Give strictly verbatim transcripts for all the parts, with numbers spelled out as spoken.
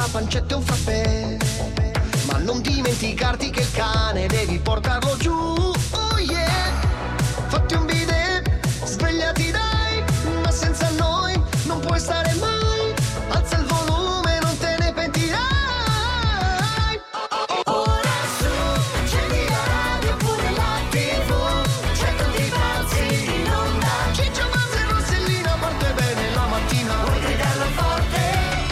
pancetta e un frappè. Ma non dimenticarti che il cane devi portarlo giù. Oh yeah. Fatti un bidet, svegliati dai, ma senza noi non puoi stare mai. Alza il volume, non te ne pentirai. Ora su, accendi la radio pure la tivù. C'è tutti i pazzi in onda. Ciccio, Buzz e Rossellina, parte bene la mattina. Vuoi gridarlo forte?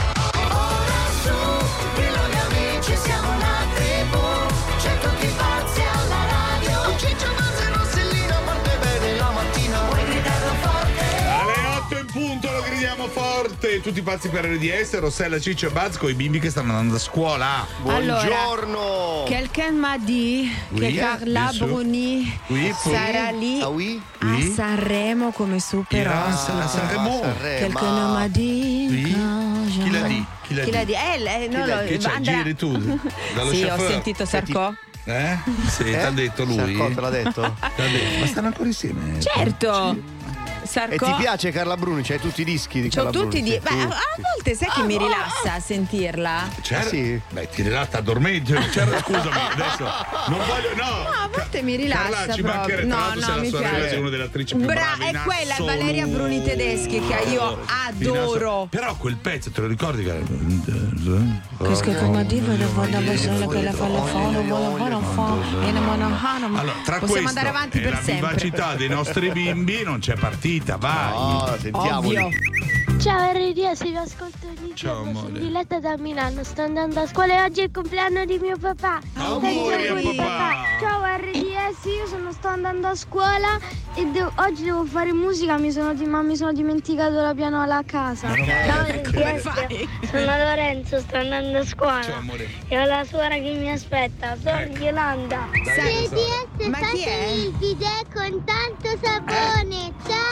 Ora su, dillo agli amici, siamo una tribù. C'è tutti i pazzi alla radio. Ciccio, Buzz e Rossellina, parte bene la mattina. Vuoi gridarlo forte? Alle otto in punto lo gridiamo forte. Tutti pazzi per R D S, Rossella, Ciccio e Buzz con i bimbi che stanno andando a scuola. Buongiorno. Allora, quelqu'un m'a dit Oui, che Carla bien sûr. Bruni Oui, pour- sarà lì Ah oui? Oui. a Sanremo come super Irà ospite. a Sanremo. Quelqu'un m'a dit. Oui. que Chi l'ha je- dit? Chi l'ha Chi l'ha dit? dit? Eh, lei, no, no, Che c'è? andrà- Giri tu? Dallo Sì, ho chauffeur? sentito Sarko. Eh? Sì, t'ha detto lui. Sarko te l'ha detto? T'ha detto. Ma stanno ancora insieme? Certo. Sarko. E ti piace Carla Bruni? C'hai tutti i dischi di C'ho Carla tutti Bruni? di. Sì, Beh, a, tutti. a volte sai che mi rilassa a sentirla? Certo. Ah, sì? Beh, ti rilassa, addormenti. Certo, scusami, adesso non voglio. No, No, a volte mi rilassa. Carla, ci proprio. mancherebbe. No, Tra l'altro, no, sei la mi sorella piace. di una delle attrici più Bra- brave è in quella, assoluto. Valeria Bruni Tedeschi, che io adoro. Però quel pezzo, te lo ricordi? Che Qu'est-ce que come dico devo andare a basare quella fa la fa, non vuole fare un fa e non me ne Allora, tra possiamo questo andare avanti e per la sempre. vivacità dei nostri bimbi non c'è partita, vai. No, sentiamoli. Ovvio. Ciao R D S, vi ascolto ogni Ciao, giorno, sono amore. Diletta da Milano, sto andando a scuola e oggi è il compleanno di mio papà. Auguri Tanti a papà. Ciao R D S, io sono, sto andando a scuola e devo- oggi devo fare musica, mi sono, di- ma mi sono dimenticato la pianola a casa. Ciao R D S, sono Lorenzo, sto andando a scuola Ciao, amore. e ho la suora che mi aspetta, sono Ecco. Yolanda. Dai, tesoro. Ma chi è? il bidet con tanto sapone,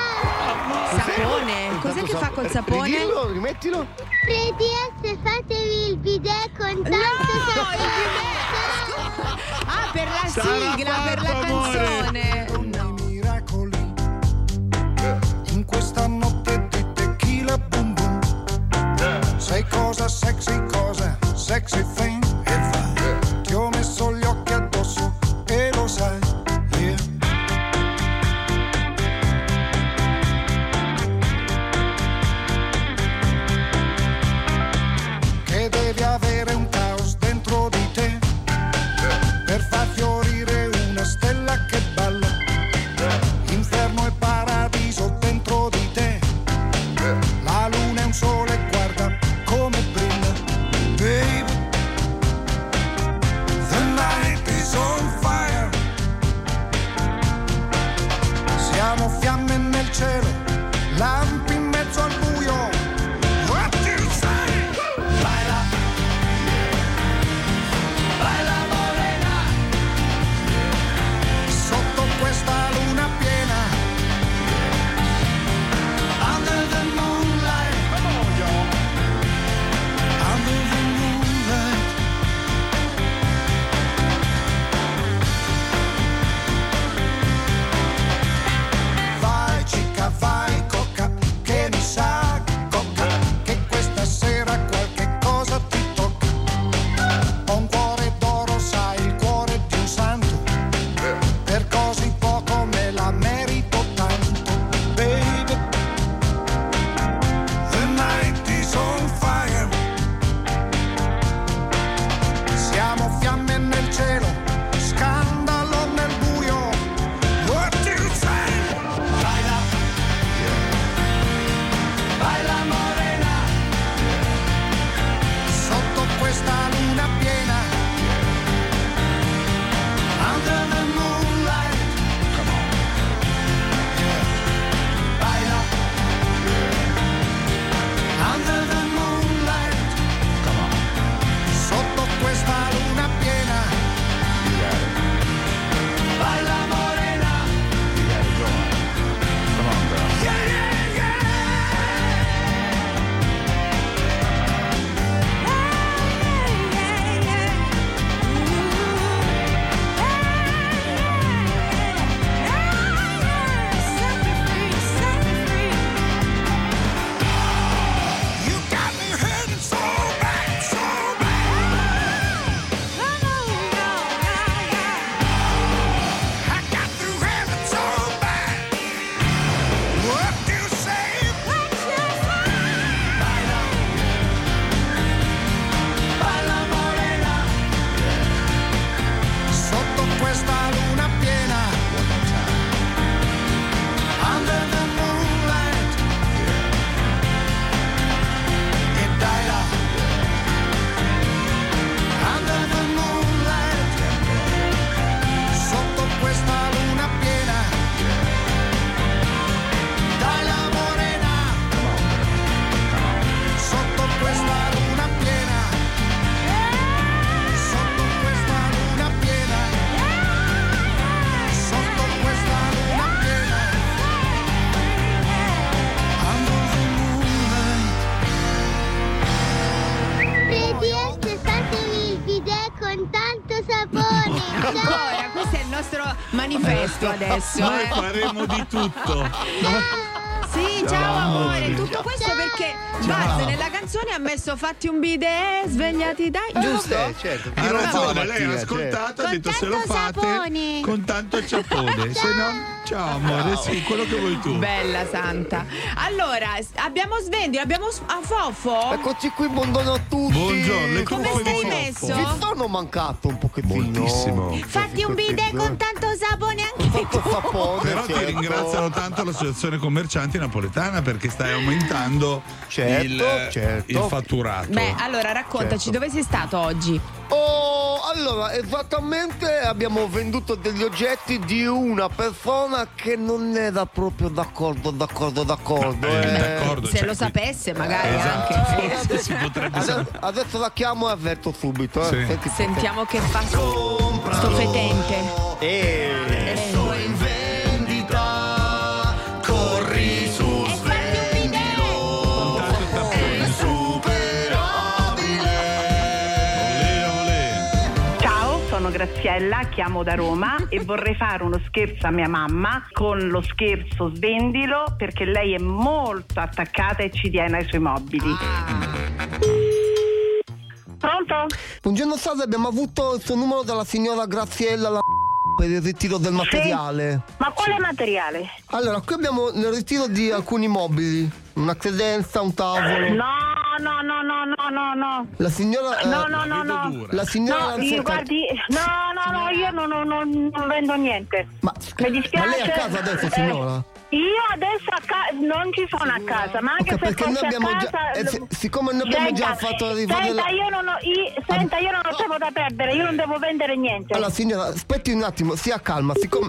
ciao! Sapone? Cos'è che fa col sapone? Ridillo, rimettilo. R D S, fatevi il bidet con tanto No, il bidet! Ah, per la Sarà sigla, per la fatto, amore. canzone. I miracoli in questa notte di tequila boom boom. Sai cosa sexy, cosa sexy thing. E vai, ti ho messo gli occhi addosso e lo sai, yeah. Che devi avere un caos dentro di te per far fiorire una stella che balla. Inferno e paradiso dentro di te. La luna è un sole, guarda come brilla. Baby, Ancora, questo è il nostro manifesto adesso. Noi eh. faremo di tutto. Sì, ciao amore, tutto questo perché Buzz nella canzone ha messo fatti un bidet, svegliati dai, giusto? Eh, certo. Ha ragione, lei ha Mattina, ascoltato, ha Con detto se lo tanto fate sapone. con tanto ciappone, se no ciao amore, sì, quello che vuoi tu. Bella santa. Allora, abbiamo Svendilo, abbiamo s- a Fofo. Eccoci qui, buongiorno a tutti. Buongiorno, e tu Come come stai vuoi? messo? Vi sono mancato un pochettino. Moltissimo. Fatti un bidet con tanto sapone anche tanto tu. sapone. Però ti certo. ringraziano tanto l'associazione commercianti napoletana perché stai aumentando Certo, il, certo. il fatturato. Beh, allora raccontaci, Certo. dove sei stato oggi? Oh, allora, esattamente abbiamo venduto degli oggetti di una persona che non era proprio d'accordo, d'accordo, d'accordo. Eh, eh. d'accordo, Se cioè, lo qui- sapesse magari Esatto, anche. forse si potrebbe Adesso, sapere. adesso la chiamo e avverto subito. Eh. Sì. Senti, Sentiamo che fa sto fetente. Eh. Adesso in vendita, corri su E fatti un bidet. Con tanto tappone. insuperabile. Olè, olè. Ciao, sono Graziella, chiamo da Roma e vorrei fare uno scherzo a mia mamma con lo scherzo Svendilo perché lei è molto attaccata e ci tiene ai suoi mobili. Pronto? Buongiorno salve, abbiamo avuto il suo numero dalla signora Graziella la per il ritiro del materiale. Ma quale materiale? Allora, qui abbiamo il ritiro di alcuni mobili, una credenza, un tavolo. No, no, no, no, no, no, no. La signora eh, No, no, no, vedo no. dura. La signora No, io cerca- guardi, no, no, no, io non, non, non, non vendo niente. Ma, Mi dispiace. ma lei è a casa adesso, eh, signora? Io adesso a casa non ci sono a casa, ma anche Ok, se perché fossi noi abbiamo a già- casa. eh, si- siccome noi abbiamo già fatto arrivare Senta, la- io non ho, io, senta, io non ho tempo da perdere, io non devo vendere niente. Allora signora, aspetti un attimo, sia calma, siccome...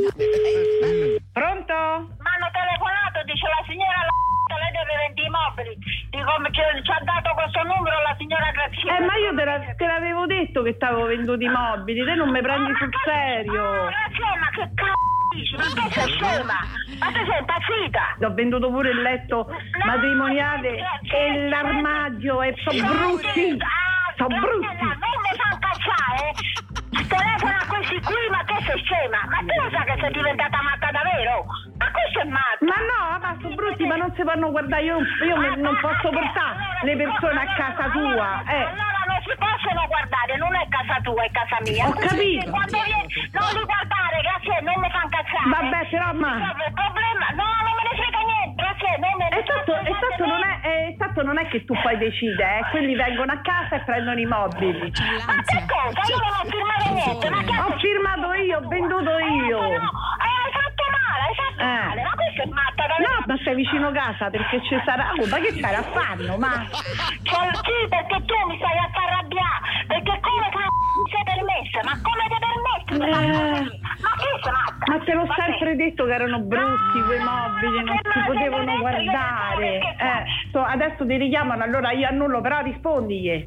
Pronto? Mi hanno telefonato, dice la signora la lei deve vendere i mobili. Dico, ci, ci ha dato questo numero la signora Graziella. Eh, ma io te, la- te l'avevo detto che t'avevo venduto i mobili, te non mi prendi sul serio. Ma Graziella, che c***o dici? Ma che sei scema? Ma te sei impazzita? Ho venduto pure il letto matrimoniale e l'armadio e sono brutti. Sono brutti. Non mi fa incazzare. Telefona a questi qui, ma che sei scema? Ma tu lo sai che sei diventata matta davvero? Ma questo è matto. Ma no, ma sono brutti, ma non si fanno guardare. Io, io me- non posso portare le persone a casa tua. Eh. Allora non si possono guardare, non è casa tua, è casa mia. Ho capito. Quando vieni, non li guardare, grazie, non mi fa incazzare. Vabbè, però, ma- Risolve il problema, no, non me ne frega niente, grazie, non me ne Esatto, esatto, non è, eh, esatto, non è che tu poi decidi, eh. Quelli vengono a casa e prendono i mobili. Ma che cosa? Io non ho firmato niente, ma che Ho firmato io, ho venduto io. Eh, no, eh, hai fatto male, hai fatto Eh. male, ma questo è matta davvero. No, ma sei vicino casa perché ci sarà. Oh, ma che stai a farlo? Ma Cioè, sì, perché tu mi stai a far arrabbiare, perché come c***o sei permessa? Ma come ti permetti? di fare così? Ma che sei matta? Ma te l'ho Ma sempre che- detto che erano brutti quei mobili, non che si me potevano l'hai detto, io guardare. non so perché- Eh, so- adesso ti richiamano, allora io annullo, però rispondigli.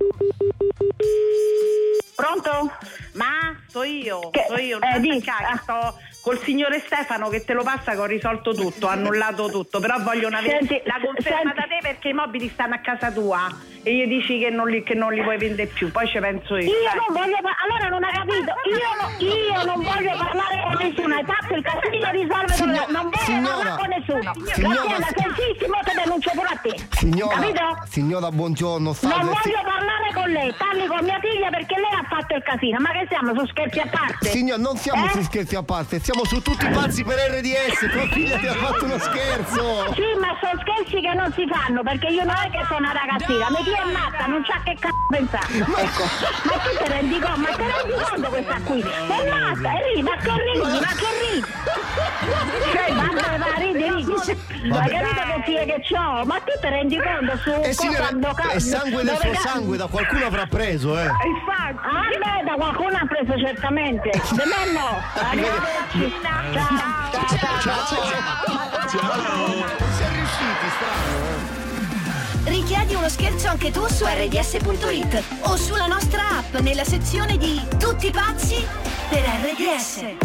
Pronto? Ma so io, Che- so io, eh, non di- attaccare, ah. sto col signore Stefano che te lo passa che ho risolto tutto, ho annullato tutto, però voglio una Senti, la conferma senti. da te perché i mobili stanno a casa tua e gli dici che non li, che non li puoi vendere più, poi ci penso io. Io dai. non voglio par- allora non hai capito, io, no- io non voglio parlare con nessuno, hai fatto il casino, risolve Signor- non voglio signora- parlare con nessuno. signora- Graziella, sentissimo, ti denuncio pure a te. Signora, Capito? signora, buongiorno, Non salve. si- voglio parlare con lei, parli con mia figlia perché lei ha fatto il casino. Ma che siamo su scherzi a parte? Signor, non siamo Eh? su scherzi a parte, siamo su tutti i pazzi per R D S, tua figlia ti ha fatto uno scherzo. Sì, ma sono scherzi che non si fanno perché io non è che sono una ragazzina, mi è matta, non c'ha che c***o pensare. Ecco. Ma tu te rendi conto, ma te rendi conto questa qui? È matta, e ridi, ma che ridi, ma che ridi? Cioè, vabbè, va, ridi, ridi. Hai capito che figlia che c'ho? Ma tu te rendi conto su Eh cosa signora, ando ca- è sangue del dove suo ca- sangue, da qualcuno avrà preso, eh. E infatti, Ah, beh, da qualcuno ha preso certamente. Da me no. Arrivederci. Ciao. Ciao. Ciao. Si è riusciti, strano, eh. Richiedi uno scherzo anche tu su erre di esse punto it o sulla nostra app nella sezione di Tutti pazzi per erre di esse.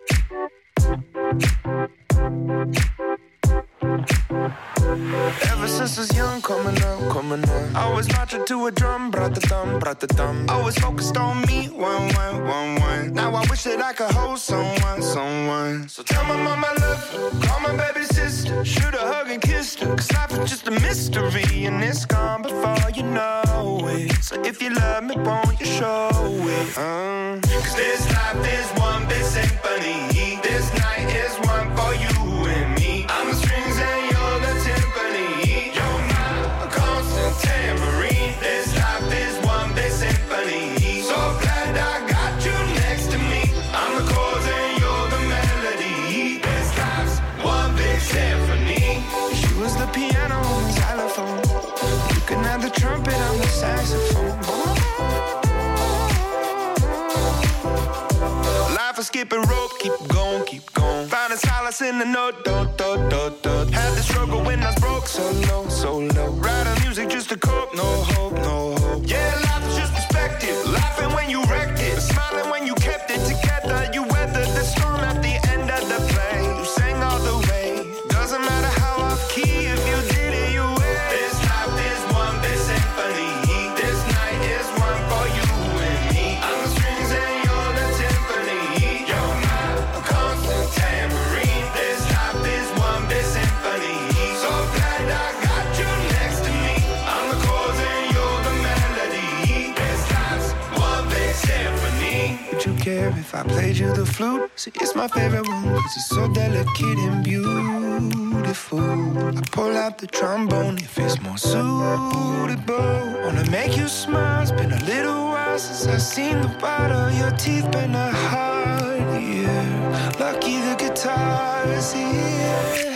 Ever sisters young, coming up, coming up. I was marching to a drum, brought the thumb, brought the thumb. Always focused on me, one, one, one, one. Now I wish that I could hold someone, someone. So tell my mama I love her, call my baby sister, shoot a hug and kiss her. Cause life is just a mystery and it's gone before you know it. So if you love me, won't you show it? Uh. Cause this life is one big symphony. This night is one for you and me. I'm the strings and you're the timpani. You're my constant tambourine. This life is one big symphony. So glad I got you next to me. I'm the chords and you're the melody. This life's one big symphony. She was the piano and the xylophone. You can have the trumpet and the saxophone. Life is skipping rope, keep going, keep going. Finding solace in the note, dot, dot, dot, dot. Had the struggle when I was broke, so low, so low. Writing music just to cope, no hope, no hope. Yeah, life is just perspective. Laughing when you wrecked it, smiling when you kept it together. You weathered the storm at the end of the play. You sang all the way. Doesn't matter how off key, if you did it, you win. This life is one big symphony. This night is one for you and me. I'm the strings and you're the timpani. You're my constant tambourine. This life is one big symphony. So glad I got you next to me. I'm the chords and you're the melody. This life's one big symphony. Would you care if I played you the flute? See, it's my favorite one cause it's so delicate and beautiful. I pull out the trombone if it's more suitable. Wanna make you smile, it's been a little while since I've seen the white of your teeth. Been a hard year, lucky the guitar is here.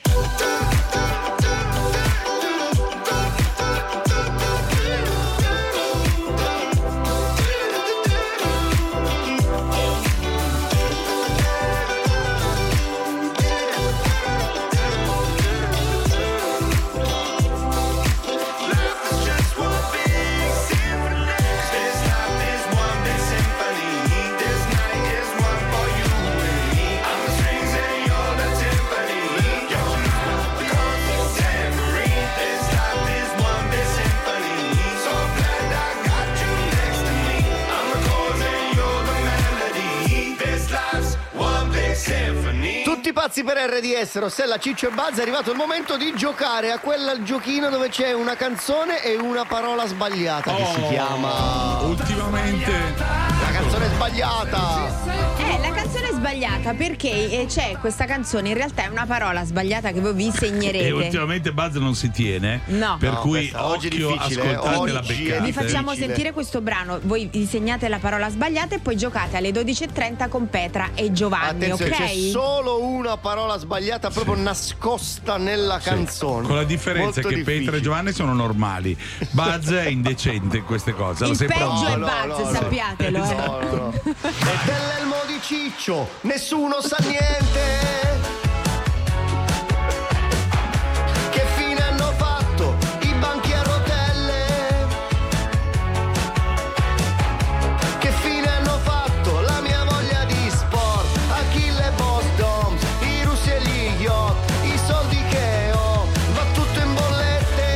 Tutti pazzi per R D S, Rossella, Ciccio e Buzz. È arrivato il momento di giocare a quel giochino dove c'è una canzone e una parola sbagliata. Oh, che si chiama ultimamente la canzone sbagliata. Eh, la canzone è sbagliata perché c'è questa canzone, in realtà è una parola sbagliata che voi vi segnerete. E ultimamente Buzz non si tiene. No. Per No, cui oggi è occhio, difficile, ascoltate la oggi è beccata. Vi facciamo difficile. sentire questo brano, voi vi segnate la parola sbagliata e poi giocate alle dodici e trenta con Petra e Giovanni. Attenzione, ok? c'è solo una parola sbagliata proprio nascosta nella Sì, canzone. con la differenza Molto che difficile. Petra e Giovanni sono normali. Buzz è indecente in queste cose. Il Lo sai peggio proprio. è no, Buzz, no, no. sappiatelo. eh. No, no, no. E dell'elmo di Ciccio nessuno sa niente. Che fine hanno fatto i banchi a rotelle? Che fine hanno fatto la mia voglia di sport? Achille Boss Doms, i russi e gli yacht, i soldi che ho, va tutto in bollette.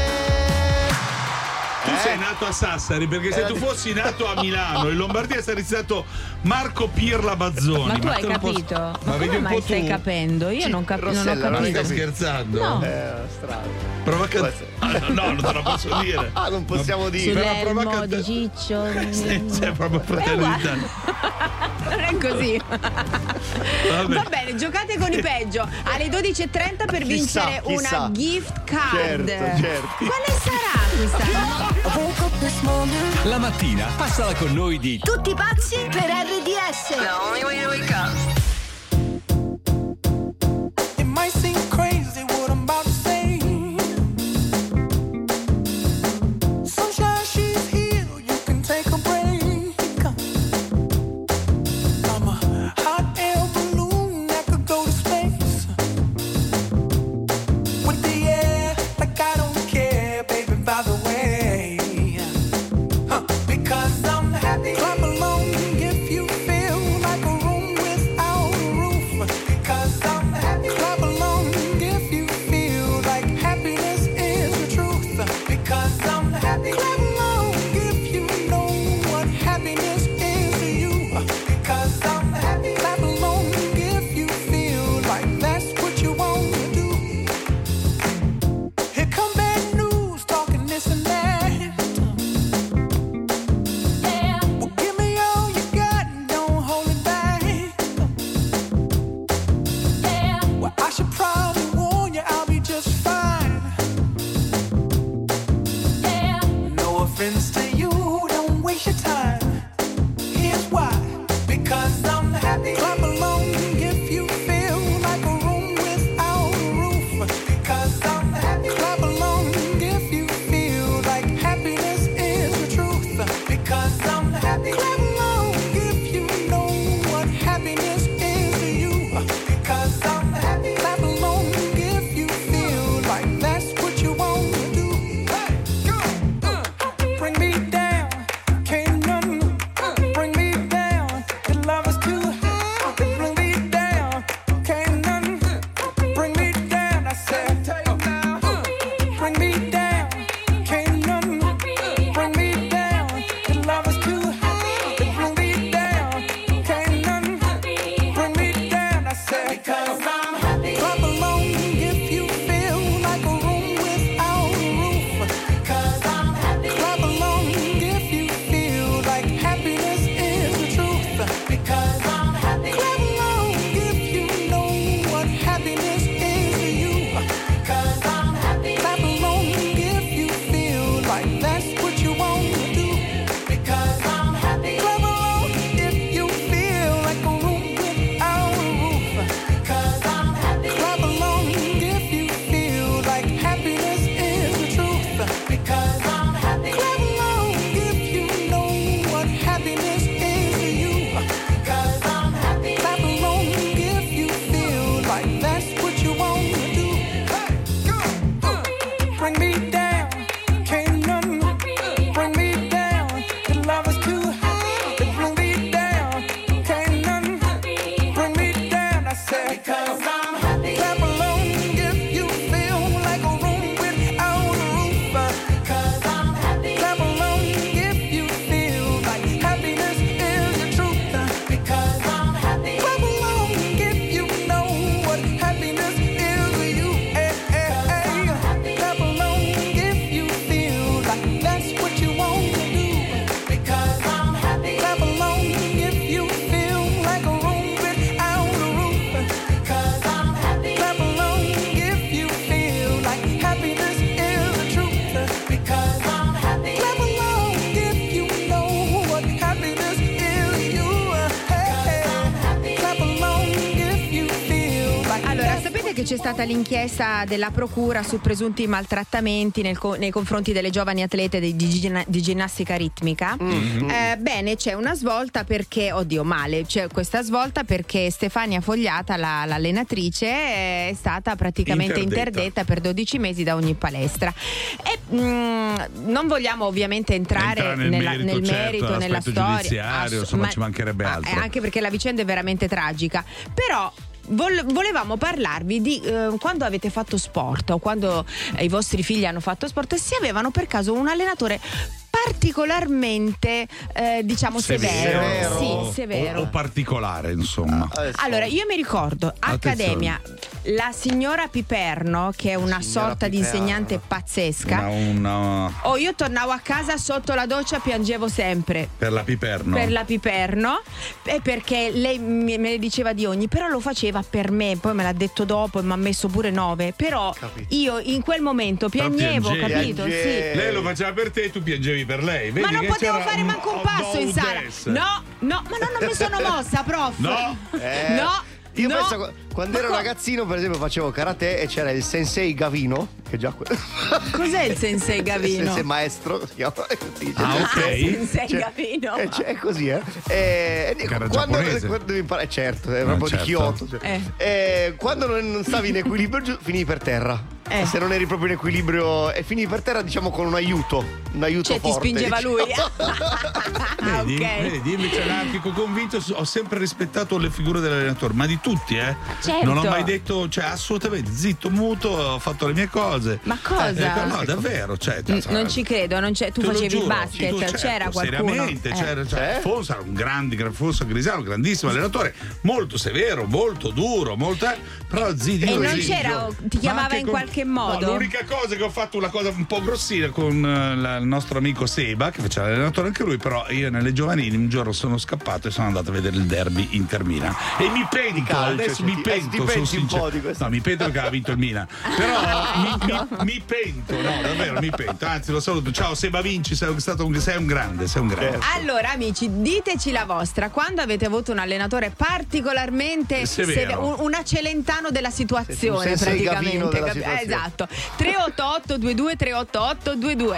Tu Eh? sei nato a Sassari perché se Era tu di- fossi nato a Milano in Lombardia saresti stato Marco Pirla Bazzoni. Ma tu hai te lo posso- capito? Ma, Ma vedi come un mai po' stai tu? capendo? Io Sì, non, cap- non ho Rossella, non Non hai capito. stai capito. scherzando? No. Eh, strano. Prova a Può can- essere. Ah, no, non te lo posso dire. Ah, non possiamo dire. Però prova a Sull'elmo canta- di Ciccio. Sì, sei proprio È fratello uguale. d'Italia. Non è così. Vabbè. Va bene, giocate con i peggio alle dodici e trenta per Chissà, vincere chissà. una gift card. Certo, certo. Quale sarà questa? La mattina passala con noi di Tutti pazzi per R D S. It might seem crazy what I'm about to say. Sunshine, she's here, you can take a break. I'm a hot air balloon that could go to space. With the air, like I don't care, baby, by the way. Huh, because I'm happy. Clap along if you feel like a room without happens to you, don't waste your time. Here's why. Because I'm happy. Clap along if you feel like a room without a roof. Because I'm happy. Clap along if you feel like happiness is the truth. Because I'm happy. Clap along if you know what happiness is to you. Because I'm happy. Clap along if you feel like that's what you want to do. Hey, go, uh, bring me down, can't none bring me down. Your love is too high, bring me down, can't none bring me down. I said, bring me down, can't none bring me down. Your love is too high, bring me down, can't none bring me down. I said, because I'm happy. Clap along if you feel like a room without a roof. Because I'm happy. Clap along if you feel like happiness is the truth. Because I'm happy. Clap along if you know what happiness is to you. Because I'm happy. Clap along if you feel like that's what you want to do. Because I'm happy. Clap along if you feel like a room without a roof. Because I'm happy. Clap along if you feel like happiness is the truth. Because I'm happy. Clap along if you know what happiness is to you. Because I'm happy. Clap along if you feel like that's what you want to do. Hey, go, uh, bring me down, can't none bring me down. Your love is too high, bring me down, can't none bring me down. I said, because I'm happy. Clap along if you feel like a room without a roof. Because I'm happy. Clap along if you feel like happiness is the truth. Because I'm happy. Clap along if you know what happiness is to you. Eh, eh, eh. Clap along if you feel like that's what you want to do. Because I'm happy. Clap along if you feel like a room without a roof. Because I'm happy. Clap along if you feel like happiness is the truth. Because I'm happy. Clap along if you know what happiness is to you. Hey, hey. Clap along if you feel like Allora, sapete che c'è stata l'inchiesta della procura su presunti maltrattamenti nel co- nei confronti delle giovani atlete di, di gina- di ginnastica ritmica? Eh, bene, c'è una svolta perché, oddio, male, c'è questa svolta perché Stefania Fogliata, la, l'allenatrice, è stata praticamente Interdetta. interdetta per dodici mesi da ogni palestra. E mh, non vogliamo ovviamente entrare, Entrare nel nella- merito, nel certo, merito, nella l'aspetto storia. giudiziario, Ass- insomma, ma- ci mancherebbe ah, altro. eh, anche perché la vicenda è veramente tragica. Però vol- volevamo parlarvi di eh, quando avete fatto sport o quando eh, i vostri figli hanno fatto sport e se avevano per caso un allenatore particolarmente eh, diciamo severo. Severo. Sì, severo. O, o particolare, insomma. Allora, io mi ricordo, Accademia, la signora Piperno, che è una Signora sorta di Piperno. insegnante pazzesca. Una, una- Oh, io tornavo a casa sotto la doccia, piangevo sempre. per la Piperno. Per la Piperno, e perché lei mi- me ne diceva di ogni, però lo faceva per me, poi me l'ha detto dopo e mi ha messo pure nove. Però io in quel momento Però piangevo, piangevi. capito? Sì. Lei lo faceva per te e tu piangevi per lei. Vedi Ma non che potevo c'era fare manco un passo in sala. Des. No, no, ma no, non mi sono mossa, prof. No. Eh, No. Io no. penso che quando Ma ero co- ragazzino, per esempio, facevo karate e c'era il sensei Gavino, che già que- Cos'è il sensei il Gavino? sensei maestro si chiama. Si dice. Ah, ok. Sensei Cioè, Gavino. eh, cioè, è così, eh. E, e Era quando, giapponese. quando devi imparare, certo, è Eh, proprio certo. di Kyoto. Cioè. Eh. E quando non, non stavi in equilibrio giù, finivi per terra. Eh. Se non eri proprio in equilibrio e finivi per terra, diciamo con un aiuto, un aiuto Cioè, ti forte. spingeva diciamo. lui. Ah, Vedi, ok. vedi, io invece anarchico convinto, ho sempre rispettato le figure dell'allenatore, ma di tutti, eh. Certo. Non ho mai detto, cioè, assolutamente zitto, muto, ho fatto le mie cose. Ma cosa? Eh, no, davvero, cioè, N- cioè, non ci credo, non c'è, tu te lo facevi giuro, basket, tu, certo, c'era qualcuno. Seriamente, Eh. c'era, cioè, Eh? Fonso era un grande, gran- Fonso Grisano, grandissimo allenatore, molto severo, molto duro, molto. Però zitto. E non zitto. c'era, ti Ma chiamava anche in con- qualche che No, modo? l'unica cosa che ho fatto una cosa un po' grossina con eh, la- il nostro amico Seba, che faceva l'allenatore anche lui, però io nelle giovanili un giorno sono scappato e sono andato a vedere il derby Inter-Milan. E mi pento, Calma, adesso ti- mi ti pento, sono penti un sincero. po' di questo. No, mi pento perché ha vinto il Milan. Però mi, mi- mi pento, no, davvero mi pento. Anzi, lo saluto. Ciao Seba Vinci, sei stato un, sei un grande, sei un grande. Allora amici, diteci la vostra. Quando avete avuto un allenatore particolarmente Severo. seve- un, un Celentano della situazione, Un sensei praticamente. Gavino della capi- situazione. eh, esatto. tre otto otto due due tre otto otto due due.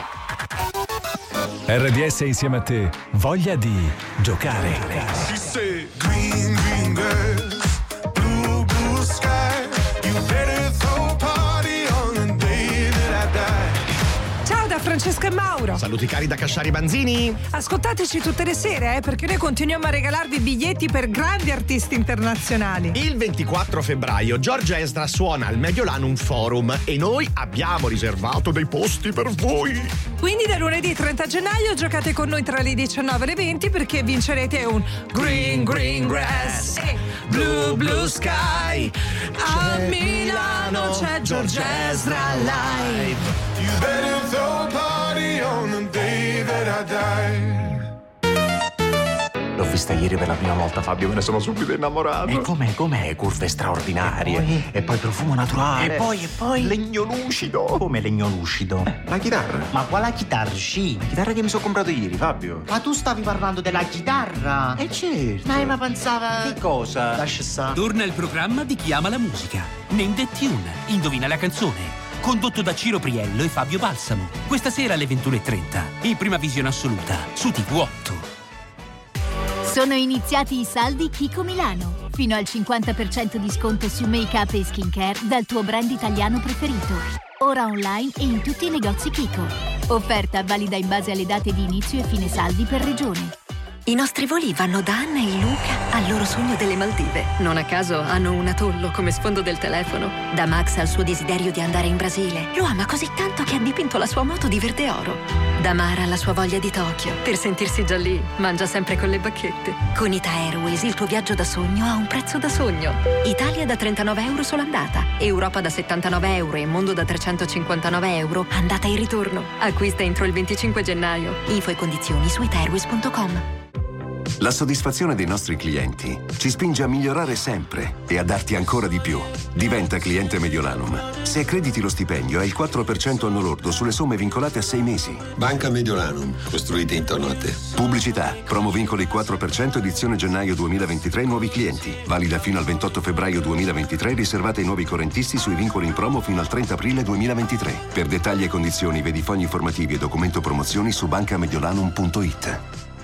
R D S insieme a te, voglia di giocare. She said, green, green grass, blue, blue sky. You better throw a party on the day that I die. Ciao da Francesca e Mauro. Saluti cari da Casciari Banzini. Ascoltateci tutte le sere, eh, perché noi continuiamo a regalarvi biglietti per grandi artisti internazionali. Il ventiquattro febbraio Giorgia Esdra suona al Mediolanum Forum e noi abbiamo riservato dei posti per voi. Quindi da lunedì trenta gennaio giocate con noi tra le diciannove e le venti perché vincerete un Green Green Grass e Blue Blue Sky. A Milano c'è Giorgia Esdra live. You better throw a party on the day that I die. L'ho vista ieri per la prima volta, Fabio, me ne sono subito innamorato. E com'è, com'è? Curve straordinarie. E poi, e poi profumo naturale. E poi, e poi legno lucido. Come legno lucido? la chitarra. Ma quale chitarra? Sì. La chitarra che mi sono comprato ieri, Fabio. Ma tu stavi parlando della chitarra? Eh certo. Ma, ma pensava... Che cosa? Lascia stare. Torna il programma di Chi ama la musica. Name the Tune. Indovina la canzone. Condotto da Ciro Priello e Fabio Balsamo. Questa sera alle ventuno e trenta. In prima visione assoluta. Su T V otto. Sono iniziati i saldi Kiko Milano. Fino al cinquanta per cento di sconto su make-up e skincare dal tuo brand italiano preferito. Ora online e in tutti i negozi Kiko. Offerta valida in base alle date di inizio e fine saldi per regione. I nostri voli vanno da Anna e Luca al loro sogno delle Maldive. Non a caso hanno un atollo come sfondo del telefono. Da Max al suo desiderio di andare in Brasile. Lo ama così tanto che ha dipinto la sua moto di verde oro. Da Mara alla sua voglia di Tokyo. Per sentirsi già lì, mangia sempre con le bacchette. Con Ita Airways il tuo viaggio da sogno ha un prezzo da sogno. Italia da trentanove euro sola andata. Europa da settantanove euro e Mondo da trecentocinquantanove euro. Andata e ritorno. Acquista entro il venticinque gennaio. Info e condizioni su ita airways punto com. La soddisfazione dei nostri clienti ci spinge a migliorare sempre e a darti ancora di più. Diventa cliente Mediolanum. Se accrediti lo stipendio hai il quattro per cento anno lordo sulle somme vincolate a sei mesi. Banca Mediolanum, costruite intorno a te. Pubblicità. Promo vincoli quattro per cento edizione gennaio duemilaventitré nuovi clienti. Valida fino al ventotto febbraio duemilaventitré, riservata ai nuovi correntisti sui vincoli in promo fino al trenta aprile duemilaventitré. Per dettagli e condizioni vedi fogli informativi e documento promozioni su banca mediolanum punto it.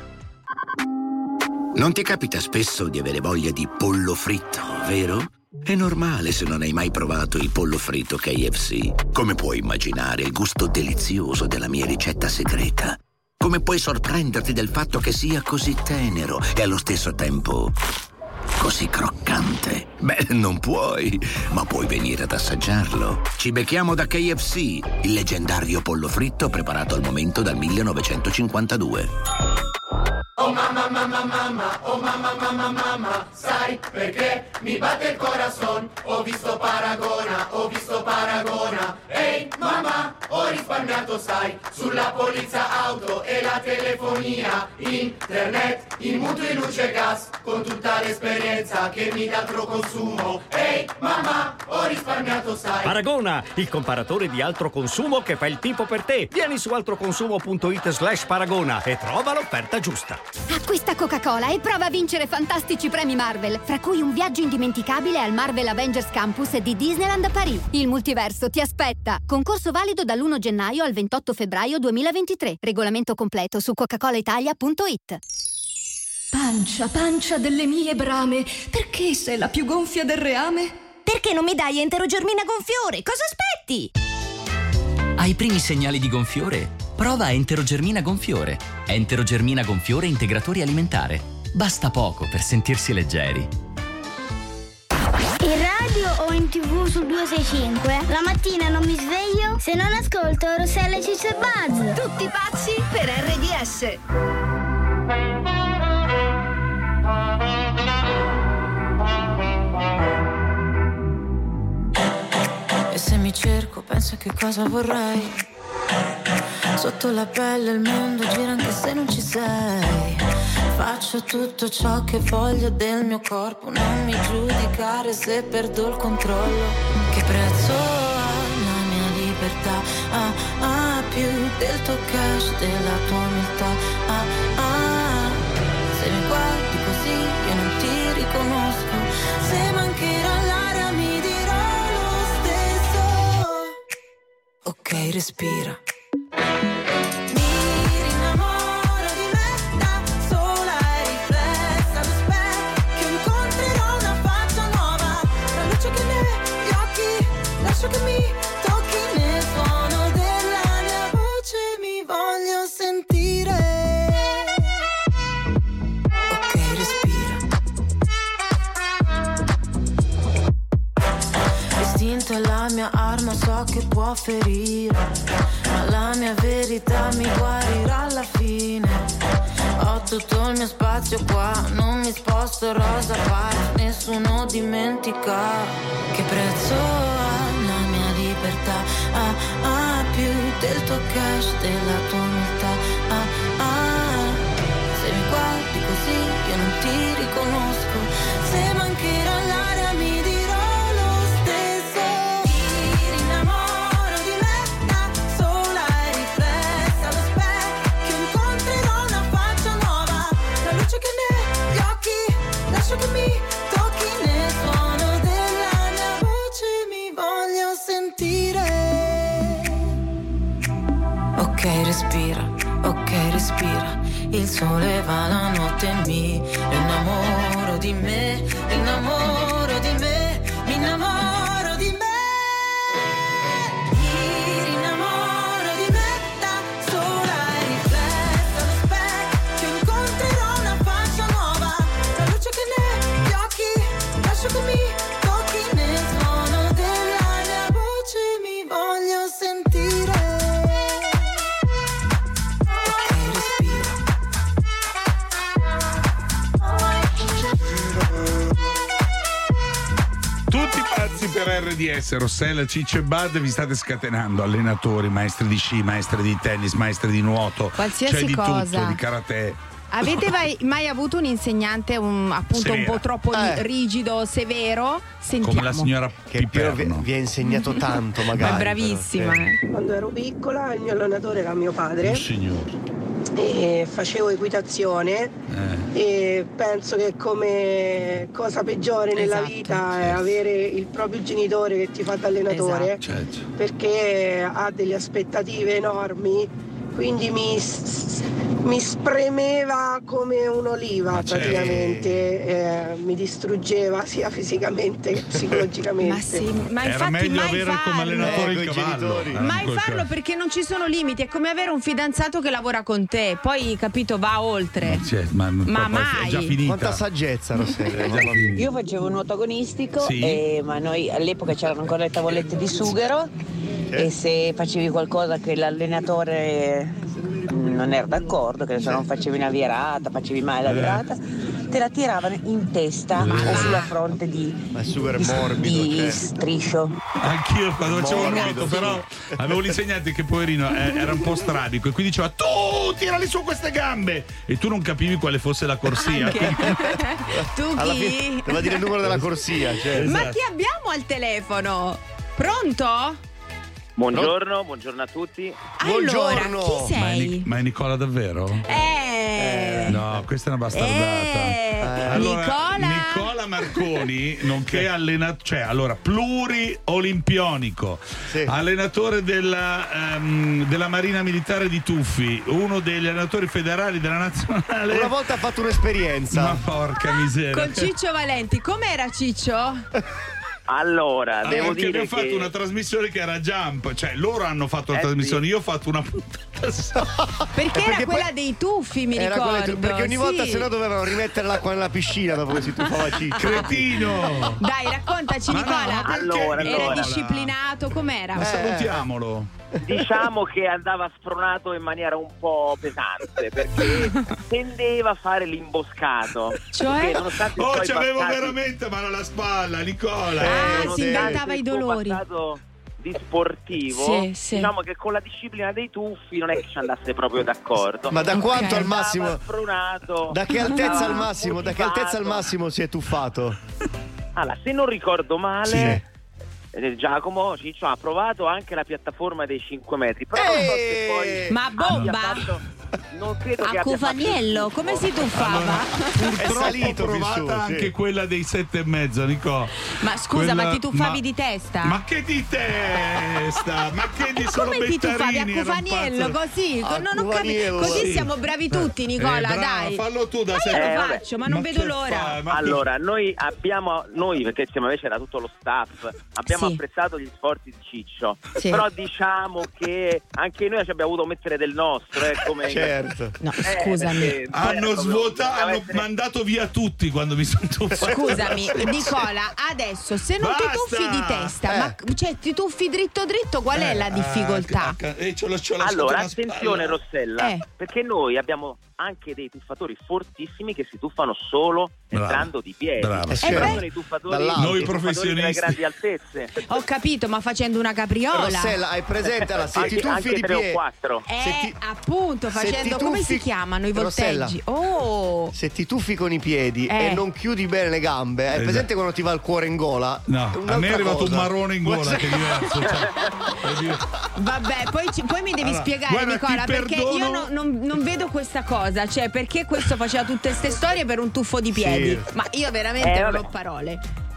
Non ti capita spesso di avere voglia di pollo fritto, vero? È normale se non hai mai provato il pollo fritto K F C. Come puoi immaginare il gusto delizioso della mia ricetta segreta? Come puoi sorprenderti del fatto che sia così tenero e allo stesso tempo così croccante? Beh, non puoi, ma puoi venire ad assaggiarlo. Ci becchiamo da K F C, il leggendario pollo fritto preparato al momento dal millenovecentocinquantadue. Oh mamma mamma mamma, oh mamma mamma mamma, sai perché mi batte il corazon? Ho visto Paragona, ho visto Paragona. Ehi mamma, ho risparmiato sai, sulla polizza auto e la telefonia, internet, in mutui luce e gas, con tutta l'esperienza che mi dà altro consumo. Ehi mamma, ho risparmiato sai. Paragona, il comparatore di altro consumo che fa il tipo per te. Vieni su altroconsumo punto it slash paragona e trova l'offerta giusta. Acquista Coca-Cola e prova a vincere fantastici premi Marvel, fra cui un viaggio indimenticabile al Marvel Avengers Campus di Disneyland a Paris. Il multiverso ti aspetta. Concorso valido dall'primo gennaio al ventotto febbraio duemilaventitré. Regolamento completo su coca cola italia punto it. Pancia, pancia delle mie brame, perché sei la più gonfia del reame? Perché non mi dai Enterogermina Gonfiore? Cosa aspetti? Ai primi segnali di gonfiore? Prova Enterogermina Gonfiore. Enterogermina Gonfiore integratori alimentare. Basta poco per sentirsi leggeri. In radio o in tv sul duecentosessantacinque la mattina non mi sveglio se non ascolto Rossella, Ciccio e Buzz. Tutti pazzi per R D S. se mi cerco, penso che cosa vorrei. Sotto la pelle il mondo gira anche se non ci sei. Faccio tutto ciò che voglio del mio corpo, non mi giudicare se perdo il controllo. Che prezzo ha la mia libertà? Ah, ah, più del tuo cash, della tua umiltà. Ah, ah, se mi guardi così io non ti riconosco. Se mancherà l'aria mi dirò lo stesso. Ok, respira. Lascio che mi tocchi nel suono della mia voce, mi voglio sentire. Ok, respira. L'istinto è la mia arma, so che può ferire, ma la mia verità mi guarirà alla fine. Ho tutto il mio spazio qua, non mi sposto rosa pari, nessuno dimentica che prezzo ha la mia libertà. Ah, ah, più del tuo cash, della tua umiltà. Ah, ah, se mi guardi così io non ti riconosco. Se mancherà l'aria mi dirò lo stesso. Ti rinnamoro di me da sola e riflessa allo specchio, incontrerò una faccia nuova, la luce che negli occhi, lascio che mi tocchi nel suono della mia voce, mi voglio sentire. Ok, respira, ok, respira. Il sole va, la notte mi innamoro di me, innamoro di me, mi innamoro di me. Mi rinnamoro di me da sola e riflessa allo specchio, incontrerò una faccia nuova, la luce che negli occhi, lascio che mi tocchi nel suono della mia voce, mi voglio sentire. Tutti pazzi per R D S, Rossella, Ciccio e Bud, vi state scatenando, allenatori, maestri di sci, maestri di tennis, maestri di nuoto, qualsiasi c'è di cosa. tutto, di karate. Avete mai, mai avuto un insegnante un, appunto Severa. un po' troppo Eh. rigido, severo? Sentiamo. Come la signora che però vi, vi ha insegnato tanto, Ma magari. è bravissima. però, sì. eh. Quando ero piccola il mio allenatore era mio padre. Oh, signore. E facevo equitazione Eh. e penso che come cosa peggiore nella Esatto, vita è avere il proprio genitore che ti fa da allenatore, Esatto. Certo. perché ha delle aspettative enormi, quindi mi, s- mi spremeva come un'oliva Ma certo. praticamente, eh, mi distruggeva sia fisicamente che psicologicamente. Ma sì, ma Era infatti meglio mai avere farlo. come allenatore Eh, il coi cavallo. genitori. Era Mai col farlo cavallo. perché non ci sono limiti, è come avere un fidanzato che lavora con te, poi capito va oltre. Sì, ma, Ma poi è già mai. finita. Quanta saggezza, Rossella. Io facevo nuoto agonistico, Sì. e, ma noi all'epoca c'erano ancora le tavolette di sughero e se facevi qualcosa che l'allenatore non era d'accordo, che se non facevi una virata, facevi male la virata, te la tiravano in testa o sulla fronte di, Ma il sughero è di, morbido, di cioè. striscio. Anch'io quando facevo Morbido, nuoto, sì. però avevo l'insegnante che poverino eh, era un po' strabico e quindi diceva tu tirali su queste gambe e tu non capivi quale fosse la corsia. Anche. Tu Alla chi? fine doveva dire il numero della corsia. Cioè. Ma Esatto. chi abbiamo al telefono? Pronto? Buongiorno, buongiorno a tutti. Allora, chi Ma è, sei? Nic- ma è Nicola davvero? Eh, No, questa è una bastardata. Eh, Allora, Nicola? Nicola Marconi, nonché allenatore, cioè allora pluri-olimpionico, Sì. allenatore della, ehm, della Marina Militare di Tuffi, uno degli allenatori federali della nazionale. Una volta ha fatto un'esperienza. Ma porca miseria. con Ciccio Valenti. Com'era Ciccio? Allora, Ah, devo perché dire abbiamo fatto che una trasmissione che era Jump, cioè loro hanno fatto la Eh, trasmissione, sì. io ho fatto una puntata sola. Perché Eh, era perché quella poi- dei tuffi, mi Era ricordo. quella- perché ogni volta sì. se no dovevano rimettere l'acqua nella piscina dopo che si tuffava Ciccio. Cretino! Dai, raccontaci Ma no, Nicola. ma perché? Allora, Era allora. disciplinato, com'era? Ma salutiamolo. diciamo che andava sfronato in maniera un po' pesante perché tendeva a fare l'imboscato. Cioè? Perché nonostante i Oh, suoi c'avevo passati- veramente male alla spalla, Nicola. Ah, nonostante si inventava il i suo dolori. passato di sportivo, Sì, sì. diciamo che con la disciplina dei tuffi non è che ci andasse proprio d'accordo. Ma da quanto al Andava massimo? sfronato, Da che altezza andava al massimo? Da che altezza al motivato. massimo si è tuffato? Allora, se non ricordo male, eh, Giacomo Ciccio ha provato anche la piattaforma dei cinque metri. Però non so se poi Ma bomba? abbia fatto- non credo che A abbia Cufaniello, fatto il come si tuffava? Purtroppo salito ho provata più su, sì. anche quella dei sette e mezzo, Nico. Ma scusa, Quella- ma ti tuffavi ma- di testa? Ma che di testa? Ma che di solo Come ti tuffavi a Bettarini, era un Cufaniello pazzo. così? A Non ho Cufaniello, capito. Così sì. siamo bravi tutti, Nicola, Eh, brava, dai. fallo tu da Ma io sempre. lo Eh, faccio, ma non Ma vedo che l'ora. fai? Ma che- Allora, noi abbiamo, noi perché insieme a me c'era tutto lo staff, abbiamo Sì. apprezzato gli sforzi di Ciccio, Sì. però diciamo che anche noi ci abbiamo dovuto mettere del nostro, eh, come Certo. No, Eh, scusami. perché- Hanno eh, svuotato, deve hanno essere- mandato via tutti quando mi sono tuffato. Scusami, Nicola, adesso se non ti Basta! tuffi di testa, Eh. ma cioè ti tuffi dritto dritto, qual è la difficoltà? Ah, eh, ce l'ho, ce l'ho Allora, sotto una attenzione spalla. Rossella, Eh. perché noi abbiamo anche dei tuffatori fortissimi che si tuffano solo Brava. entrando di piedi. Brava, E sì. poi Eh beh. sono i tuffatori, Dall'alto. Noi i tuffatori professionisti. delle grandi altezze. Ho capito, ma facendo una capriola. Rossella, hai presente? Allora, se Anche, ti tuffi anche di tre o piedi, quattro. Eh, se ti- appunto, se facendo ti come tuffi- si chiamano i Rossella. volteggi? Oh! se ti tuffi con i piedi Eh. e non chiudi bene le gambe, hai Esatto. presente quando ti va il cuore in gola? No, È a me è un'altra arrivato cosa. un marrone in gola, che è diverso. Cioè, è diverso. Vabbè, poi, ci- poi mi devi Allora, spiegare, guarda, Nicola, ti perché perdono- io no- non, non vedo questa cosa. Cioè, perché questo faceva tutte queste storie per un tuffo di piedi? Sì. Ma io veramente Eh, non vabbè. ho parole.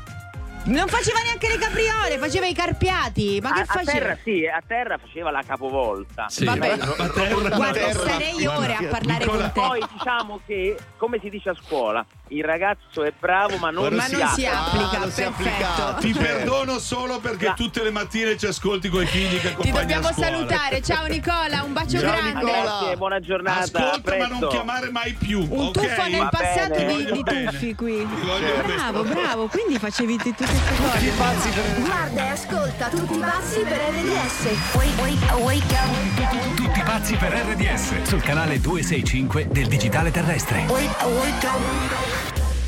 Non faceva neanche le capriole, faceva i carpiati. Ma a, che a faceva? terra sì, a terra faceva la capovolta. Sì, Vabbè. ma- ma terra- Guarda, terra. starei ore a parlare Nicola- con te. Poi diciamo che, come si dice a scuola, il ragazzo è bravo ma non, Ma non si applica. applica, Ah, non si è perfetto. applicato. Ti Certo. perdono solo perché No. tutte le mattine ci ascolti coi figli che Ti accompagni dobbiamo a scuola. salutare. Ciao Nicola, un bacio Ciao, grande. Nicola. Grazie, buona giornata. Ascolta, a ma presto. non chiamare mai più. Un ok? tuffo nel Va passato bene. di, di Voglio bene. tuffi qui. Ti voglio bene. Bravo, bravo, quindi facevi tutte queste cose. Guarda e ascolta tutti pazzi per R D S. Wake, wake, wake up. Tutti pazzi per R D S sul canale duecentosessantacinque del Digitale Terrestre. Wake, wake up.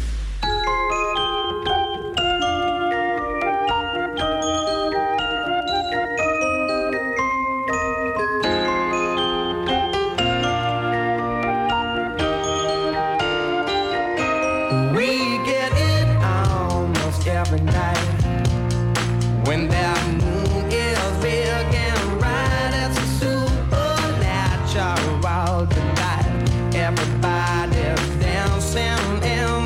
We get it almost every night when that moon is big and bright. It's a supernatural delight. Everybody's dancing in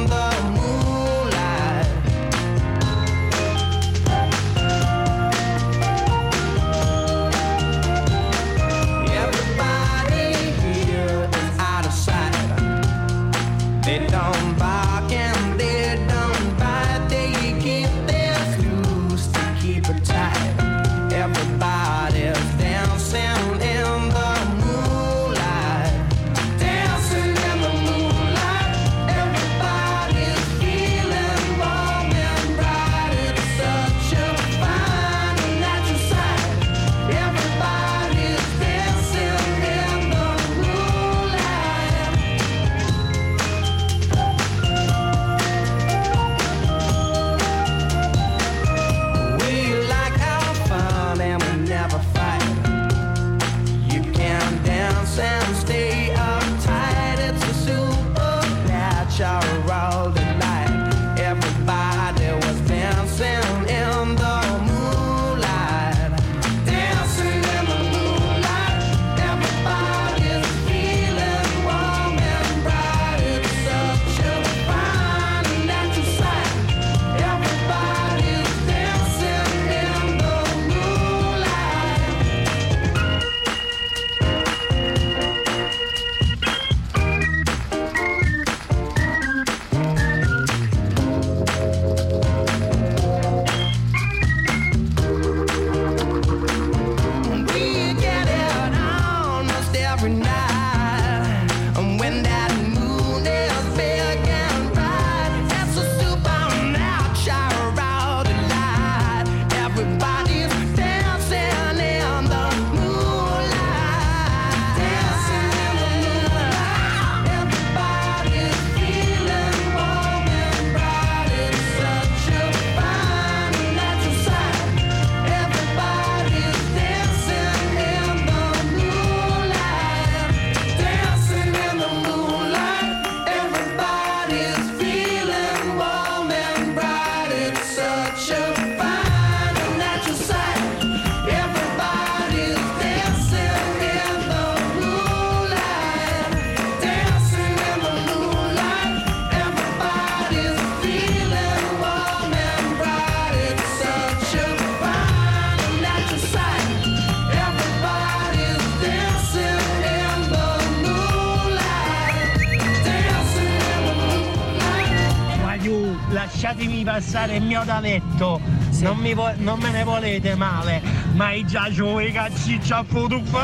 lasciatemi passare il mio da letto. Sì. Non, mi vo- non me ne volete male, ma i già i cazzi già foto qua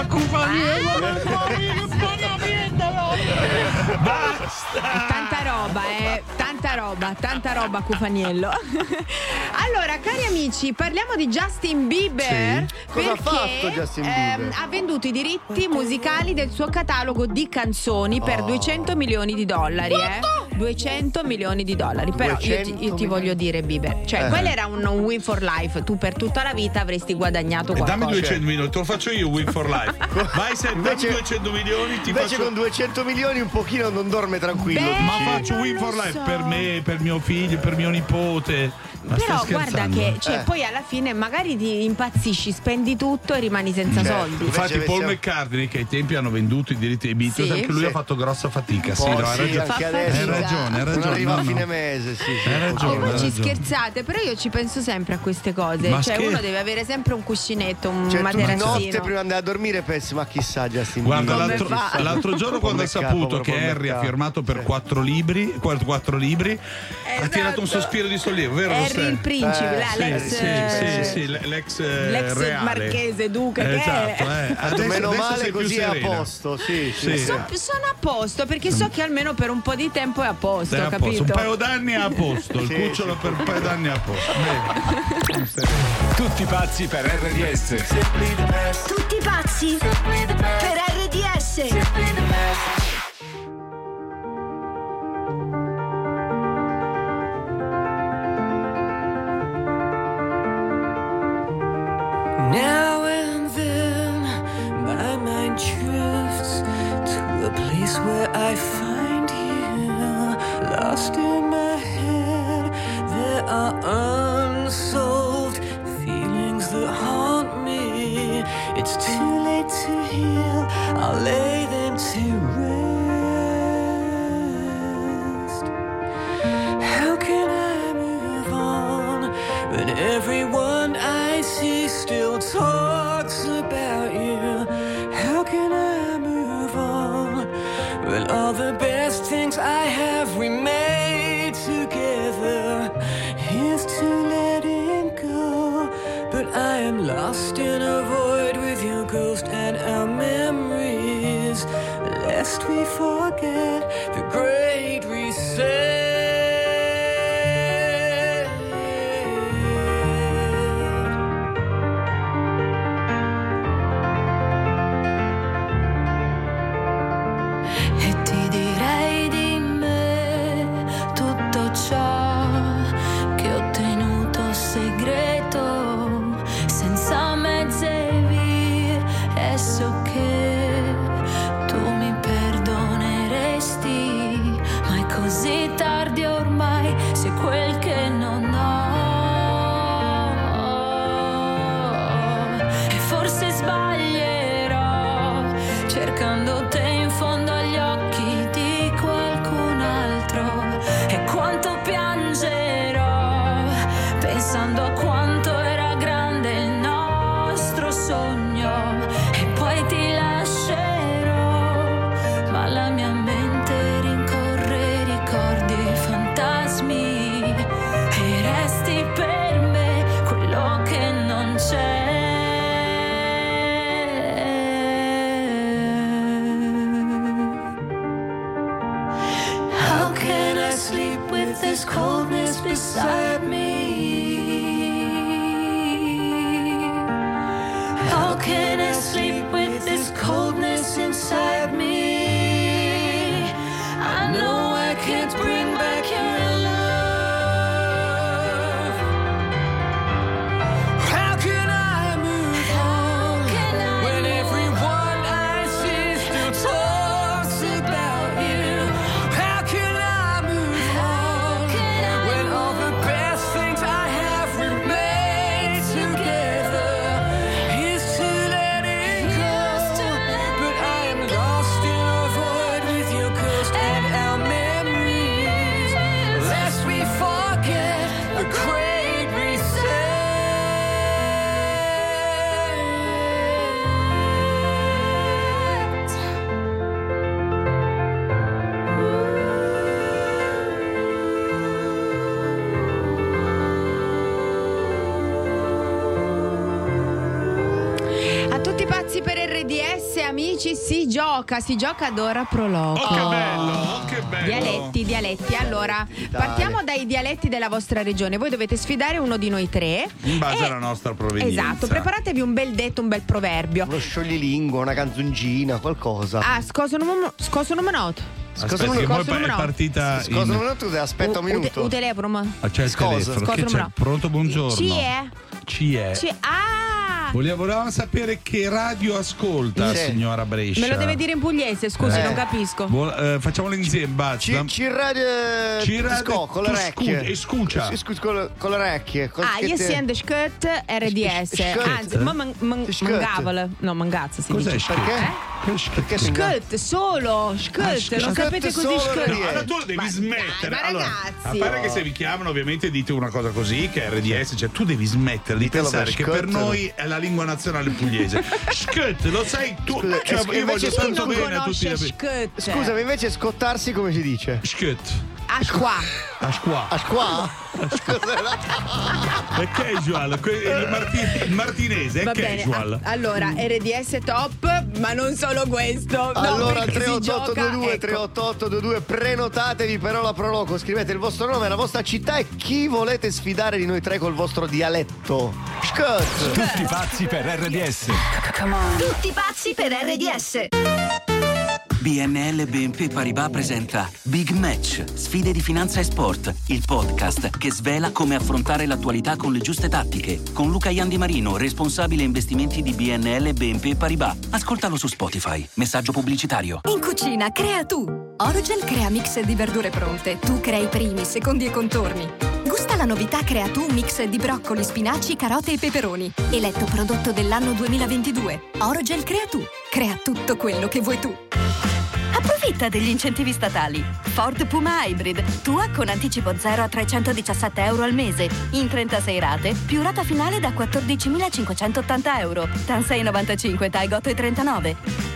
Basta! Tanta roba, eh, tanta roba, tanta roba Cufaniello. Allora, cari amici, parliamo di Justin Bieber. Sì. Cosa perché ha fatto Justin Bieber? Ehm, ha venduto i diritti musicali del suo catalogo di canzoni per Oh. duecento milioni di dollari, eh? duecento milioni di dollari. Però io ti, io ti voglio dire, Bieber, cioè Eh. quello era un, un win for life. Tu per tutta la vita avresti guadagnato Eh, qualcosa. dammi duecento milioni, te lo faccio io, Win for Life. Vai, se Invece- dammi duecento milioni, ti Invece faccio. con duecento milioni un pochino non dorme tranquillo. Beh, Ma dici? faccio Win for Life per me, per mio figlio, per mio nipote. Ma Però stai guarda scherzando? che cioè, Eh. poi alla fine magari ti impazzisci, spendi tutto e rimani senza Certo. soldi. Infatti Invece Paul siamo- McCartney, che ai tempi hanno venduto i diritti dei Beatles, Sì. anche lui Sì. ha fatto grossa fatica. Un Sì, po', no, hai sì, ragione. anche Fa adesso. Hai ragione, hai ragione. Non arriva no, a fine no. mese, sì, sì. Hai ragione. E voi hai ci ragione. scherzate, però io ci penso sempre a queste cose. Ma cioè, scher- uno deve avere sempre un cuscinetto, un Cioè, tu di notte materassino. prima di andare a dormire pensi, ma chissà Justin Guarda, Bieber. l'altro, fa? l'altro giorno quando ha Paul saputo McCartney, che Paul Harry ha McCartney. firmato per Sì. quattro libri, quattro, quattro libri, ha tirato un sospiro di sollievo, vero? Harry Rossella? il principe, Eh, là, Sì, l'ex, sì, eh, sì, sì, l'ex, eh, l'ex reale. marchese duca che Esatto, è. eh. Adesso, Meno adesso male sei più così è a serena. posto, sì, sì. Sì. sì. So- sono a posto perché so che almeno per un po' di tempo è a posto, Sei a capito? posto. Un paio d'anni è a posto, il Sì, cucciolo sì. per un paio d'anni è a posto. Bene. Tutti pazzi per R D S. Tutti pazzi per R D S. Now and then, my mind drifts to a place where I find you, lost in my head. There are unsolved feelings that haunt me. It's too late to heal. I'll lay them to rest. How can I move on when everyone I see still talks about you? How can I move on when all the best things I have we made together? Here's to letting go, but I am lost in a void with your ghost and our memories, lest we forget the great reset. E ti direi di me tutto ciò che ho tenuto segreto, senza mezze vie, e so che tu mi perdoneresti, ma è così tardi ormai, se quel che non ho, e forse sbaglierò cercando te in fondo agli occhi di qualcun altro, e quanto piangerò pensando a quanto era grande il nostro sogno, e poi ti lascerò, ma la mia mente rincorre ricordi, fantasmi, e resti per me quello che non c'è. How can I sleep with this coldness beside me? How can I sleep with this coldness inside me? I know I can't bring back your love. How can I move on when everyone I see still talks about you? How can I move on when all the amici, si gioca, si gioca ad ora pro loco. Oh, che bello, oh, che bello. Dialetti, dialetti. Allora, partiamo dai dialetti della vostra regione. Voi dovete sfidare uno di noi tre. In base e... alla nostra provenienza. Esatto, preparatevi un bel detto, un bel proverbio. Uno scioglilingua, una canzoncina, qualcosa. Ah, scoso non scoso non noto. Aspetta, che poi è partita Scusa un in... minuto, aspetta un minuto. Un telefono. Ah, c'è il Scusa. telefono. Che c'è? Pronto, buongiorno. Chi è? Chi è? Chi è? Ah! Volevamo sapere che radio ascolta, Sì. signora Brescia. Me lo deve dire in pugliese, scusi, Eh. non capisco. Vuol- eh, facciamolo insieme, basta. Ci, ci radio. Ci radio- sco- con le tu orecchie. scu- e scuccia. Scu- scu- con, le, con le orecchie. Con Ah, io scritte- sento Scott R D S. Scott. Anzi, ma man, man, Scott. mangavole. No, mangazza si Cos'è dice. Scott? Eh? Perché Scott, solo Scott, Ah, non Scott. sapete così solo Scott. R D S. No, allora tu lo devi Ma smettere. dai, ma allora, ragazzi. a parte che se vi chiamano, ovviamente dite una cosa così, che è R D S, cioè tu devi smettere di Ditelo pensare per che Scott. per noi è la lingua nazionale pugliese. Scott, lo sai tu. Scusa, Cioè, e- io e voglio invece tanto non bene a tutti conosce gli Scott. Scusami, invece scottarsi come si dice? Scott. Asqua. Asqua. Asqua? È casual, que- il, marti- il martinese è Va bene, casual. a- allora R D S top, ma non solo questo. No, Allora perché si tre otto otto due due gioca, tre ecco. otto otto due due prenotatevi per Ola Proloco, scrivete il vostro nome, la vostra città e chi volete sfidare di noi tre col vostro dialetto. Scott! Tutti pazzi per R D S. Tutti pazzi per R D S. B N L B N P Paribas presenta Big Match, sfide di finanza e sport, il podcast che svela come affrontare l'attualità con le giuste tattiche. Con Luca Iandi Marino, responsabile investimenti di B N L B N P Paribas. Ascoltalo su Spotify. Messaggio pubblicitario. In cucina, crea tu. Orogel crea mix di verdure pronte. Tu crei primi, secondi e contorni. Gusta la novità Crea tu mix di broccoli, spinaci, carote e peperoni. Eletto prodotto dell'anno duemilaventidue. Orogel crea tu. Crea tutto quello che vuoi tu. Approfitta degli incentivi statali. Ford Puma Hybrid, tua con anticipo zero a trecentodiciassette euro al mese, in trentasei rate, più rata finale da quattordicimilacinquecentottanta euro. TAN sei virgola novantacinque, T A I G otto virgola trentanove.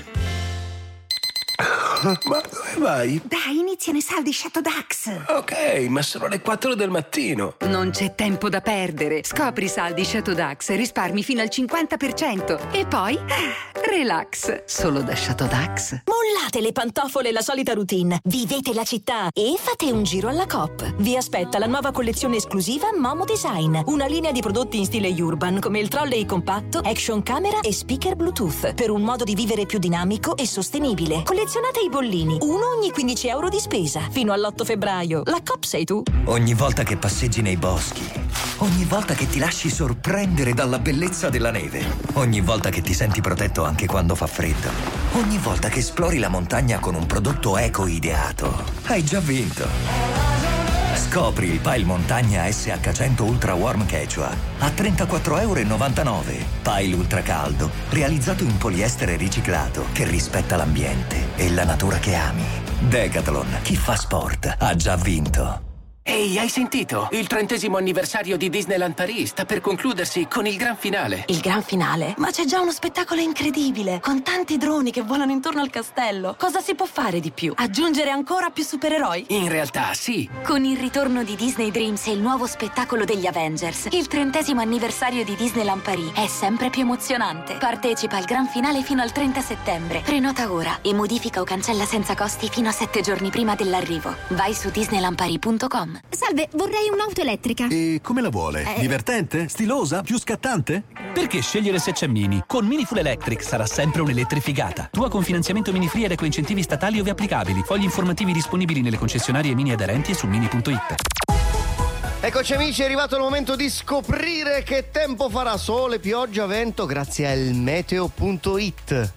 Ma dove vai? Dai, iniziano i saldi Shadow Dax. Ok, ma sono le quattro del mattino. Non c'è tempo da perdere. Scopri i saldi Shadow Dax e risparmi fino al cinquanta per cento. E poi, ah, relax. Solo da Shadow Dax. Mollate le pantofole e la solita routine. Vivete la città e fate un giro alla Coop. Vi aspetta la nuova collezione esclusiva Momo Design. Una linea di prodotti in stile urban come il trolley compatto, action camera e speaker Bluetooth per un modo di vivere più dinamico e sostenibile. Collezionate i bollini, uno ogni quindici euro di spesa. Fino all'otto febbraio. La Coop sei tu. Ogni volta che passeggi nei boschi, ogni volta che ti lasci sorprendere dalla bellezza della neve, ogni volta che ti senti protetto anche quando fa freddo, ogni volta che esplori la montagna con un prodotto eco ideato, hai già vinto. Scopri il Pile Montagna S H cento Ultra Warm Quechua a trentaquattro e novantanove euro. Pile ultra caldo, realizzato in poliestere riciclato che rispetta l'ambiente e la natura che ami. Decathlon, chi fa sport ha già vinto. Ehi, hai sentito? Il trentesimo anniversario di Disneyland Paris sta per concludersi con il gran finale. Il gran finale? Ma c'è già uno spettacolo incredibile, con tanti droni che volano intorno al castello. Cosa si può fare di più? Aggiungere ancora più supereroi? In realtà, sì. Con il ritorno di Disney Dreams e il nuovo spettacolo degli Avengers, il trentesimo anniversario di Disneyland Paris è sempre più emozionante. Partecipa al gran finale fino al trenta settembre. Prenota ora e modifica o cancella senza costi fino a sette giorni prima dell'arrivo. Vai su disneyland paris punto com. Salve, vorrei un'auto elettrica. E come la vuole? Eh. Divertente? Stilosa? Più scattante? Perché scegliere se c'è Mini? Con Mini Full Electric sarà sempre un'elettrificata. Tua con finanziamento Mini Free ed ecoincentivi statali ove applicabili. Fogli informativi disponibili nelle concessionarie Mini aderenti e su mini punto it. Eccoci amici, è arrivato il momento di scoprire che tempo farà. Sole, pioggia, vento, grazie al meteo punto it.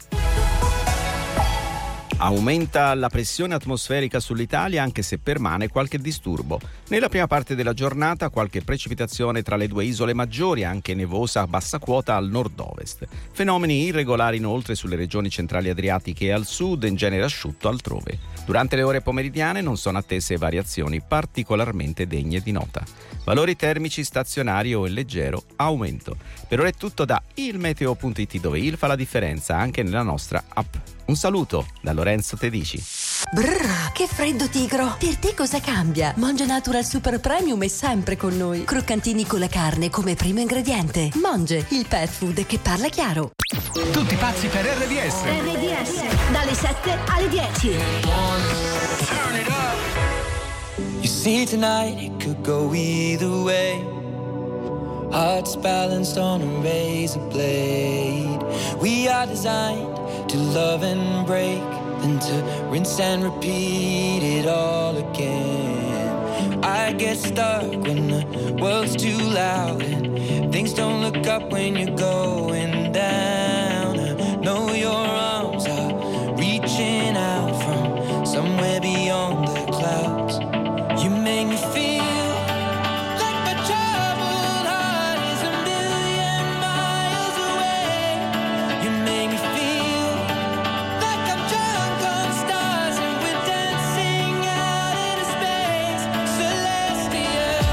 Aumenta la pressione atmosferica sull'Italia anche se permane qualche disturbo. Nella prima parte della giornata qualche precipitazione tra le due isole maggiori, anche nevosa a bassa quota al nord-ovest. Fenomeni irregolari inoltre sulle regioni centrali adriatiche e al sud, in genere asciutto altrove. Durante le ore pomeridiane non sono attese variazioni particolarmente degne di nota. Valori termici stazionari o in leggero aumento. Per ora è tutto da il meteo punto it, dove il fa la differenza anche nella nostra app. Un saluto da Lorenzo Tedici. Brrr, che freddo tigro. Per te cosa cambia? Monge Natural Super Premium è sempre con noi. Croccantini con la carne come primo ingrediente. Monge, il pet food che parla chiaro. Tutti pazzi per R D S. R D S, dalle sette alle dieci. You see tonight it could go either way. Hearts balanced on a razor blade. We are designed to love and break, then to rinse and repeat it all again. I get stuck when the world's too loud and things don't look up when you're going down. I know your arms are reaching out from somewhere beyond the clouds. You make me feel like my troubled heart is a million miles away. You make me feel like I'm drunk on stars and we're dancing out into space, celestial.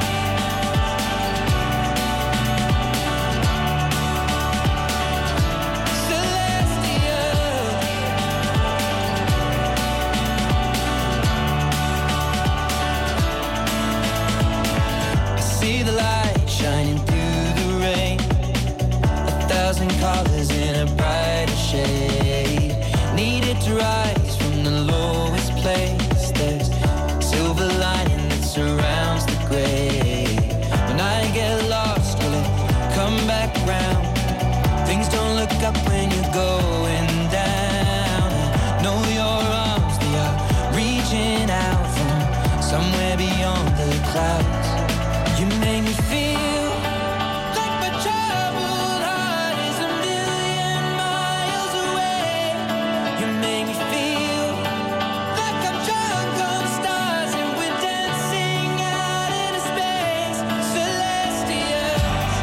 See the light shining through the rain, a thousand colors in a brighter shade. Needed to rise from the lowest place. There's silver lining that surrounds the gray. When I get lost, will it come back round? Things don't look up when you're going down. I know your arms, they are reaching out from somewhere beyond the clouds. You make me feel like my troubled heart is a million miles away. You make me feel like I'm drunk on stars and we're dancing out into space, celestial.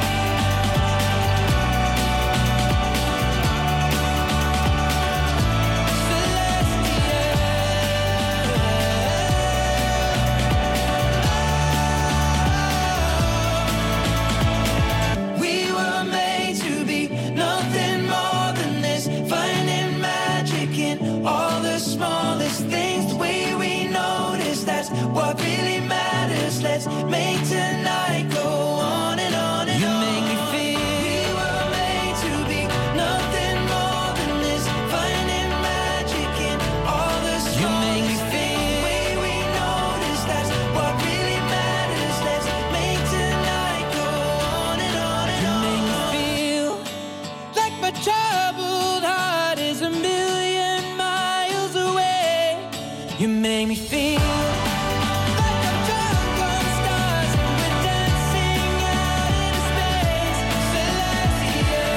We were made to be nothing more than this, finding magic in all the smallest things. The way we notice, that's what really matters. Let's make tonight go on and on and on. You make me feel we were made to be nothing more than this, finding magic in all the smallest things. You make me feel the way we notice, that's what really matters. Let's make tonight go on and on and on. You make me feel like my troubled heart is a million miles away. You make me feel like I'm drunk on stars and we're dancing out into space, celestial.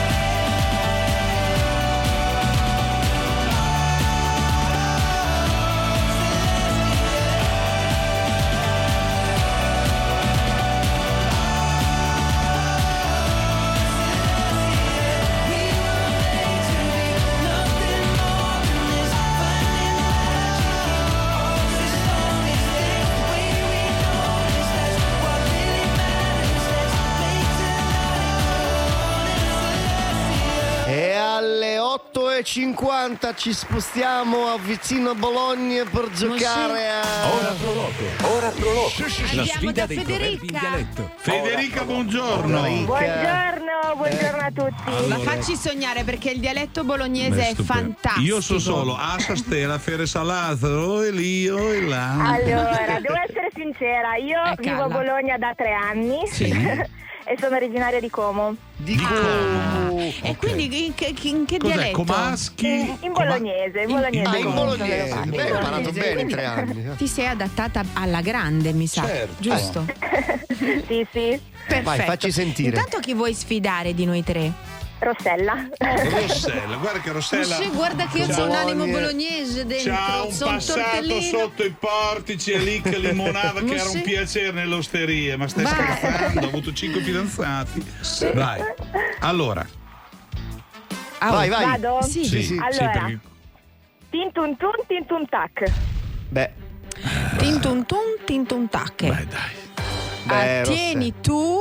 E alle otto e cinquanta ci spostiamo a vicino Bologna per giocare a... Ora Proloco. Ora Proloco. La Andiamo sfida da dei proverbi in Federica. dialetto. Federica, buongiorno. Buongiorno, buongiorno a tutti. Ma facci sognare perché il dialetto bolognese è fantastico. Io so solo Assa Stella, Fere Salato, e lì o e là. Allora, devo essere sincera, io Eh, vivo a calla. Bologna da tre anni e sono originaria di Como. Di Como. E quindi in che, in che Cos'è? dialetto? Comaschi? In, in bolognese, in bolognese. Ah, in bolognese. Sono Beh, ho imparato Sì, bene in sì. tre anni. Ti sei adattata alla grande, mi sa. Certo. Giusto? Sì, sì. Perfetto. Vai, facci sentire. Intanto chi vuoi sfidare di noi tre? Rossella. Rossella, guarda che Rossella. Sì, guarda che io C'ha- ho un animo bolognese dentro. C'ha un Sono passato tortellino. sotto i portici e lì che limonava che Ma era un sì. piacere nelle osterie. Ma stai Vai. scherzando? Ho avuto cinque fidanzati. Vai. Allora. Ah, Vai, vai. Vado? Sì. Sì, sì, Allora. perché- Tintun tun, tintun tac. Beh, Tintun tun, tintun tac. Beh, dai. beh, Ah, tieni tu.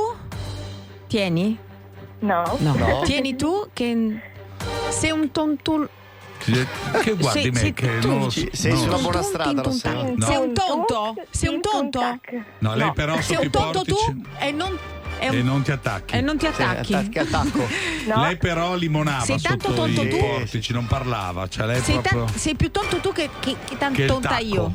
Tieni? No. No. No. Tieni tu che sei un tontul. Che guardi Sei- me sei che tu- non lo so. sei non sulla lo so. buona strada, Rossella. No. Sei un tonto? Sei un tonto? No, lei però Sei sotto un i tonto tu portici e non, è un- e non ti attacchi. e non ti attacchi. Che attacco. No. Lei però limonava Sei tanto sotto tonto i tu? portici, non parlava. Cioè lei Sei, proprio. tan- sei più tonto tu che, che, che tan Che il tonta tacco. io.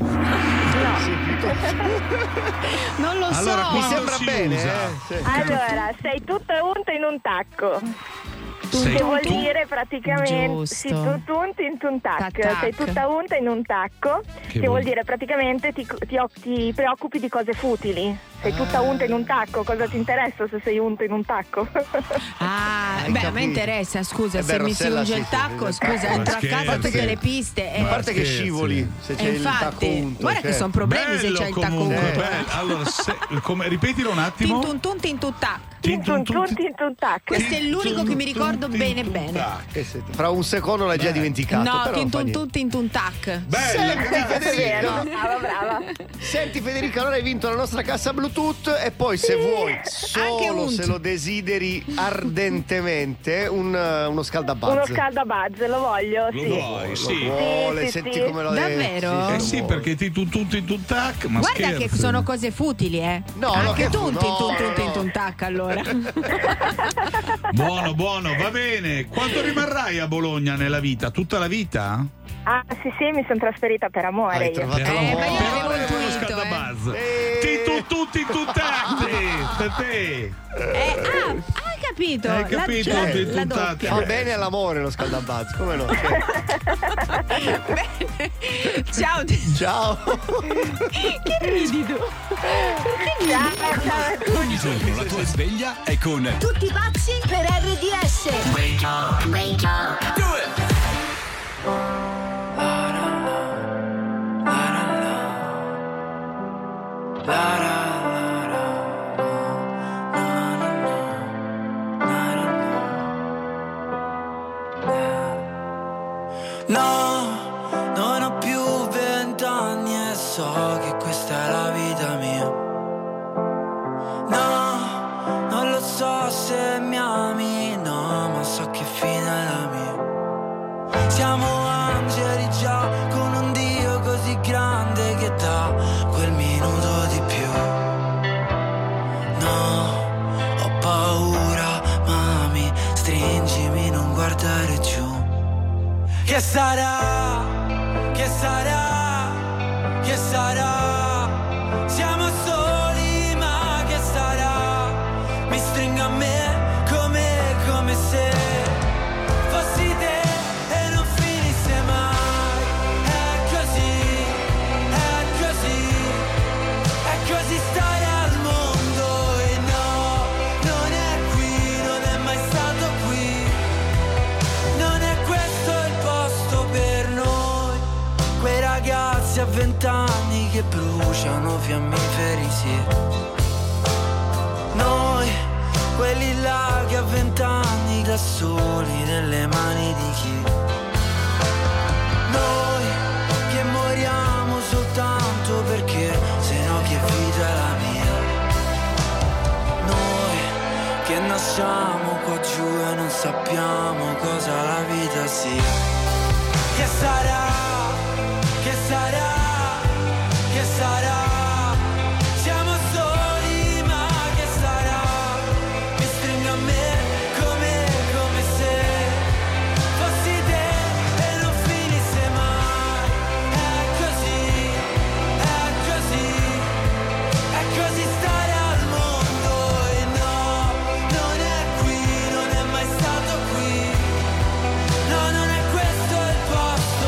Non lo Allora, so. mi sembra bene, eh? Allora, sei tutta unta in un tacco. Sei che vuol tu- dire praticamente Giusto. sì, tu tunti in un tac. Tac-tac. Sei tutta unta in un tacco, Che che, vuol- vuol dire praticamente ti, ti, ti preoccupi di cose futili. Sei tutta unta in un tacco, cosa ti interessa se sei unta in un tacco? Ah, Hai beh, a me capito. interessa, scusa, Eh se beh, mi si Rossella, unge sì, il sì, tacco, sì, sì. scusa, Ma entro a casa scherzi. tutte le piste. A eh. parte che scherzi. scivoli se c'è E il tacco infatti, unto. guarda che cioè. sono problemi se Bello c'è il tacco comunque, unto. bello. Allora, se- come- ripetilo un attimo. Tin tun tin tun tac. Tin tun tun Tunti in un tac. Questo è l'unico che mi ricordo tin bene tun bene. tac. Che se- Fra un secondo l'hai già dimenticato. No, però tin non fa tun niente. tun tin tun tac. Bella, È vero, brava, brava. Senti Federica, allora hai vinto la nostra cassa Bluetooth e poi se vuoi, solo un- se lo desideri ardentemente, un, uh, uno scaldabuzz. Uno scaldabuzz, lo voglio, Lo sì. vuoi, sì. Lo vuole, Sì, sì, senti sì. come lo Davvero? Eh sì, perché ti tun tun tin tun tac, ma Guarda scherzi. che sono cose futili, eh. No, no, Anche che tu fu- tin no, tun tun no, tin no. tun tac allora. Buono, buono, va bene. Quanto rimarrai a Bologna nella vita? Tutta la vita? Ah, sì, sì, mi sono trasferita per amore Hai io. trovato Eh, l'amore. ma io Però avevo avevo lo intuito, scaldabuzz. eh. Ti tun tun tin tun tac, te, per te. Eh, ah, hai capito? Hai capito, La, tin la, la tun tac. doppia. Fa bene all'amore lo scaldabuzz, come no? Ciao. Ciao. Che ridi tu? Perché ridi? Ogni giorno la tua sveglia è con Tutti pazzi per R D S. Wake up, wake up. Do it! No, non ho più vent'anni e so che questa è la vita mia. No, non lo so se mi ami, no, ma so che fine è la mia. Siamo angeli già, con un Dio così grande che dà quel minuto di più. No, ho paura, mami, stringimi, non guardare giù. Che sarà, che sarà, che sarà? Siamo soli, ma che sarà? Mi stringo a me come, come se fossi te e non finisse mai. È così, è così, è così stare al mondo e no, non è qui, non è mai stato qui. Non è questo il posto per noi, quei ragazzi a vent'anni che bruciano fiammiferi, sì. Noi, quelli là che a vent'anni da soli nelle mani di chi. Noi, che moriamo soltanto perché se no che vita è la mia. Noi, che nasciamo qua giù e non sappiamo cosa la vita sia. Che sarà, che sarà, che sarà? Siamo soli, ma che sarà? Mi stringo a me come, come se fossi te e non finisse mai. È così, è così, è così stare al mondo e no, non è qui, non è mai stato qui. No, non è questo il posto.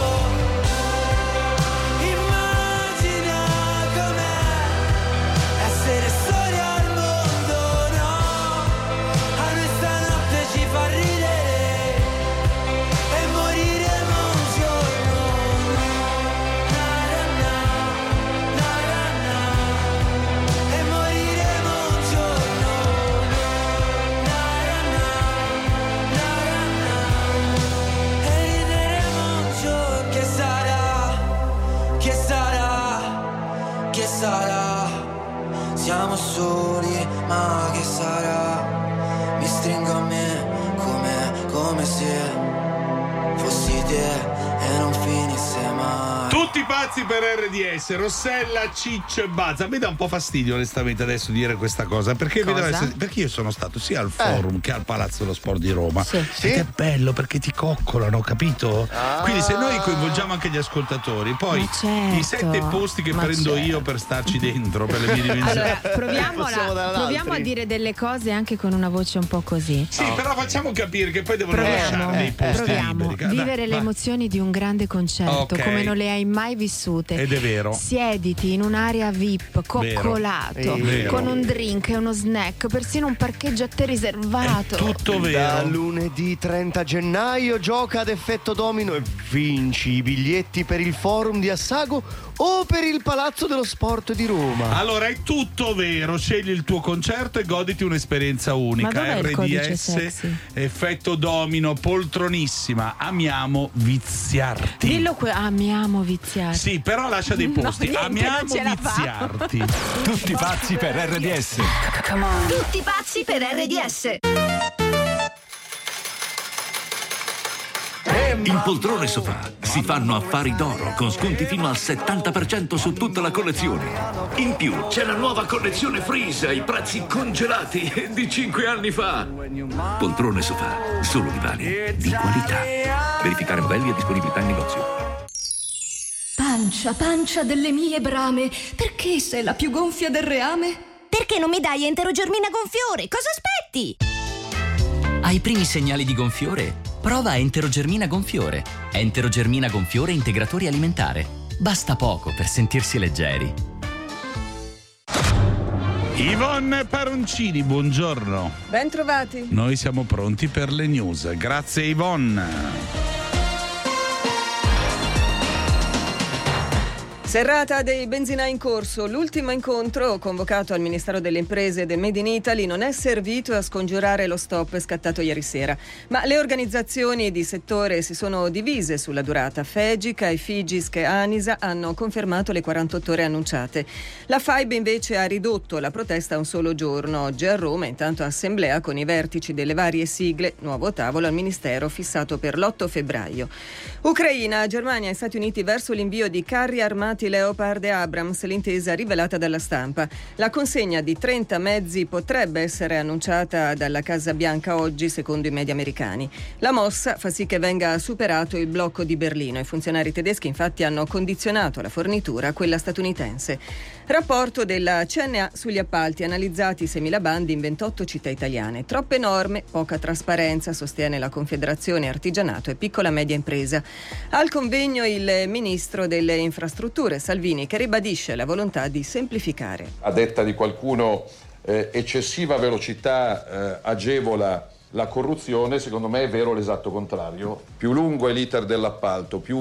Immagina com'è essere soli al mondo, no. A noi stanotte ci fa ridere e moriremo un giorno, no. Na, na, na, na, na, na. E moriremo un giorno, no. Na, na, na, na, na, na. E rideremo un giorno. Che sarà, che sarà, che sarà? Siamo soli, ma che sarà? Mi stringo a me come, come se fossi te non finisse mai. Tutti pazzi per R D S, Rossella, Ciccio e Bazza. Mi dà un po' fastidio onestamente adesso dire questa cosa, perché, mi deve essere- perché io sono stato sia al forum che al Palazzo dello Sport di Roma. Sì. Ed è bello perché ti coccolano, capito? Ah. Quindi se noi coinvolgiamo anche gli ascoltatori, poi Ma certo, i sette posti che ma prendo certo. io per starci dentro, per le mie dimensioni. Allora, proviamola- Possiamo dare ad proviamo a altri? dire delle cose anche con una voce un po' così. Sì, però facciamo capire che poi devono Proviamo, lasciare dei posti proviamo. liberi. Vivere Dai, le vai. emozioni di un grande concerto Ok. come non le hai mai vissute. Ed è vero. Siediti in un'area V I P, coccolato, Vero. Vero. con un drink e uno snack, persino un parcheggio a te riservato. Tutto Da vero. lunedì trenta gennaio gioca ad effetto domino e vinci i biglietti per il forum di Assago o per il Palazzo dello Sport di Roma. Allora è tutto vero, scegli il tuo concerto e goditi un'esperienza unica. Ma dov'è il codice R D S, sexy? effetto domino, poltronissima. Amiamo viziarti. Dillo que- amiamo viziarti. Sì, però lascia dei No, posti. niente, Amiamo non ce la fa. viziarti. Tutti pazzi per R D S. Tutti pazzi per R D S. In Poltrone Sofà si fanno affari d'oro con sconti fino al settanta per cento su tutta la collezione. In più c'è la nuova collezione Freeze ai prezzi congelati di cinque anni fa. Poltrone Sofà, solo divani di qualità. Verificare modelli e disponibilità in negozio. Pancia, pancia delle mie brame, perché sei la più gonfia del reame? Perché non mi dai Enterogermina gonfiore? Cosa aspetti? Ai primi segnali di gonfiore, prova Enterogermina gonfiore. Enterogermina gonfiore integratore alimentare. Basta poco per sentirsi leggeri. Yvonne Paroncini, buongiorno. Ben trovati. Noi siamo pronti per le news. Grazie Yvonne. Serrata dei benzinai in corso. L'ultimo incontro, convocato al Ministero delle Imprese e del Made in Italy, non è servito a scongiurare lo stop scattato ieri sera. Ma le organizzazioni di settore si sono divise sulla durata. Fegica e Figisc e Anisa hanno confermato le quarantotto ore annunciate. La F A I B invece ha ridotto la protesta a un solo giorno. Oggi a Roma, intanto assemblea con i vertici delle varie sigle. Nuovo tavolo al Ministero fissato per l'otto febbraio. Ucraina, Germania e Stati Uniti verso l'invio di carri armati Leopard e Abrams, l'intesa rivelata dalla stampa. La consegna di trenta mezzi potrebbe essere annunciata dalla Casa Bianca oggi, secondo i media americani. La mossa fa sì che venga superato il blocco di Berlino. I funzionari tedeschi infatti hanno condizionato la fornitura a quella statunitense. Rapporto della C N A sugli appalti, analizzati seimila bandi in ventotto città italiane. Troppe norme, poca trasparenza, sostiene la Confederazione Artigianato e Piccola Media Impresa. Al convegno il ministro delle infrastrutture Salvini, che ribadisce la volontà di semplificare. A detta di qualcuno eh, eccessiva velocità eh, agevola la corruzione, secondo me è vero l'esatto contrario. Più lungo è l'iter dell'appalto, più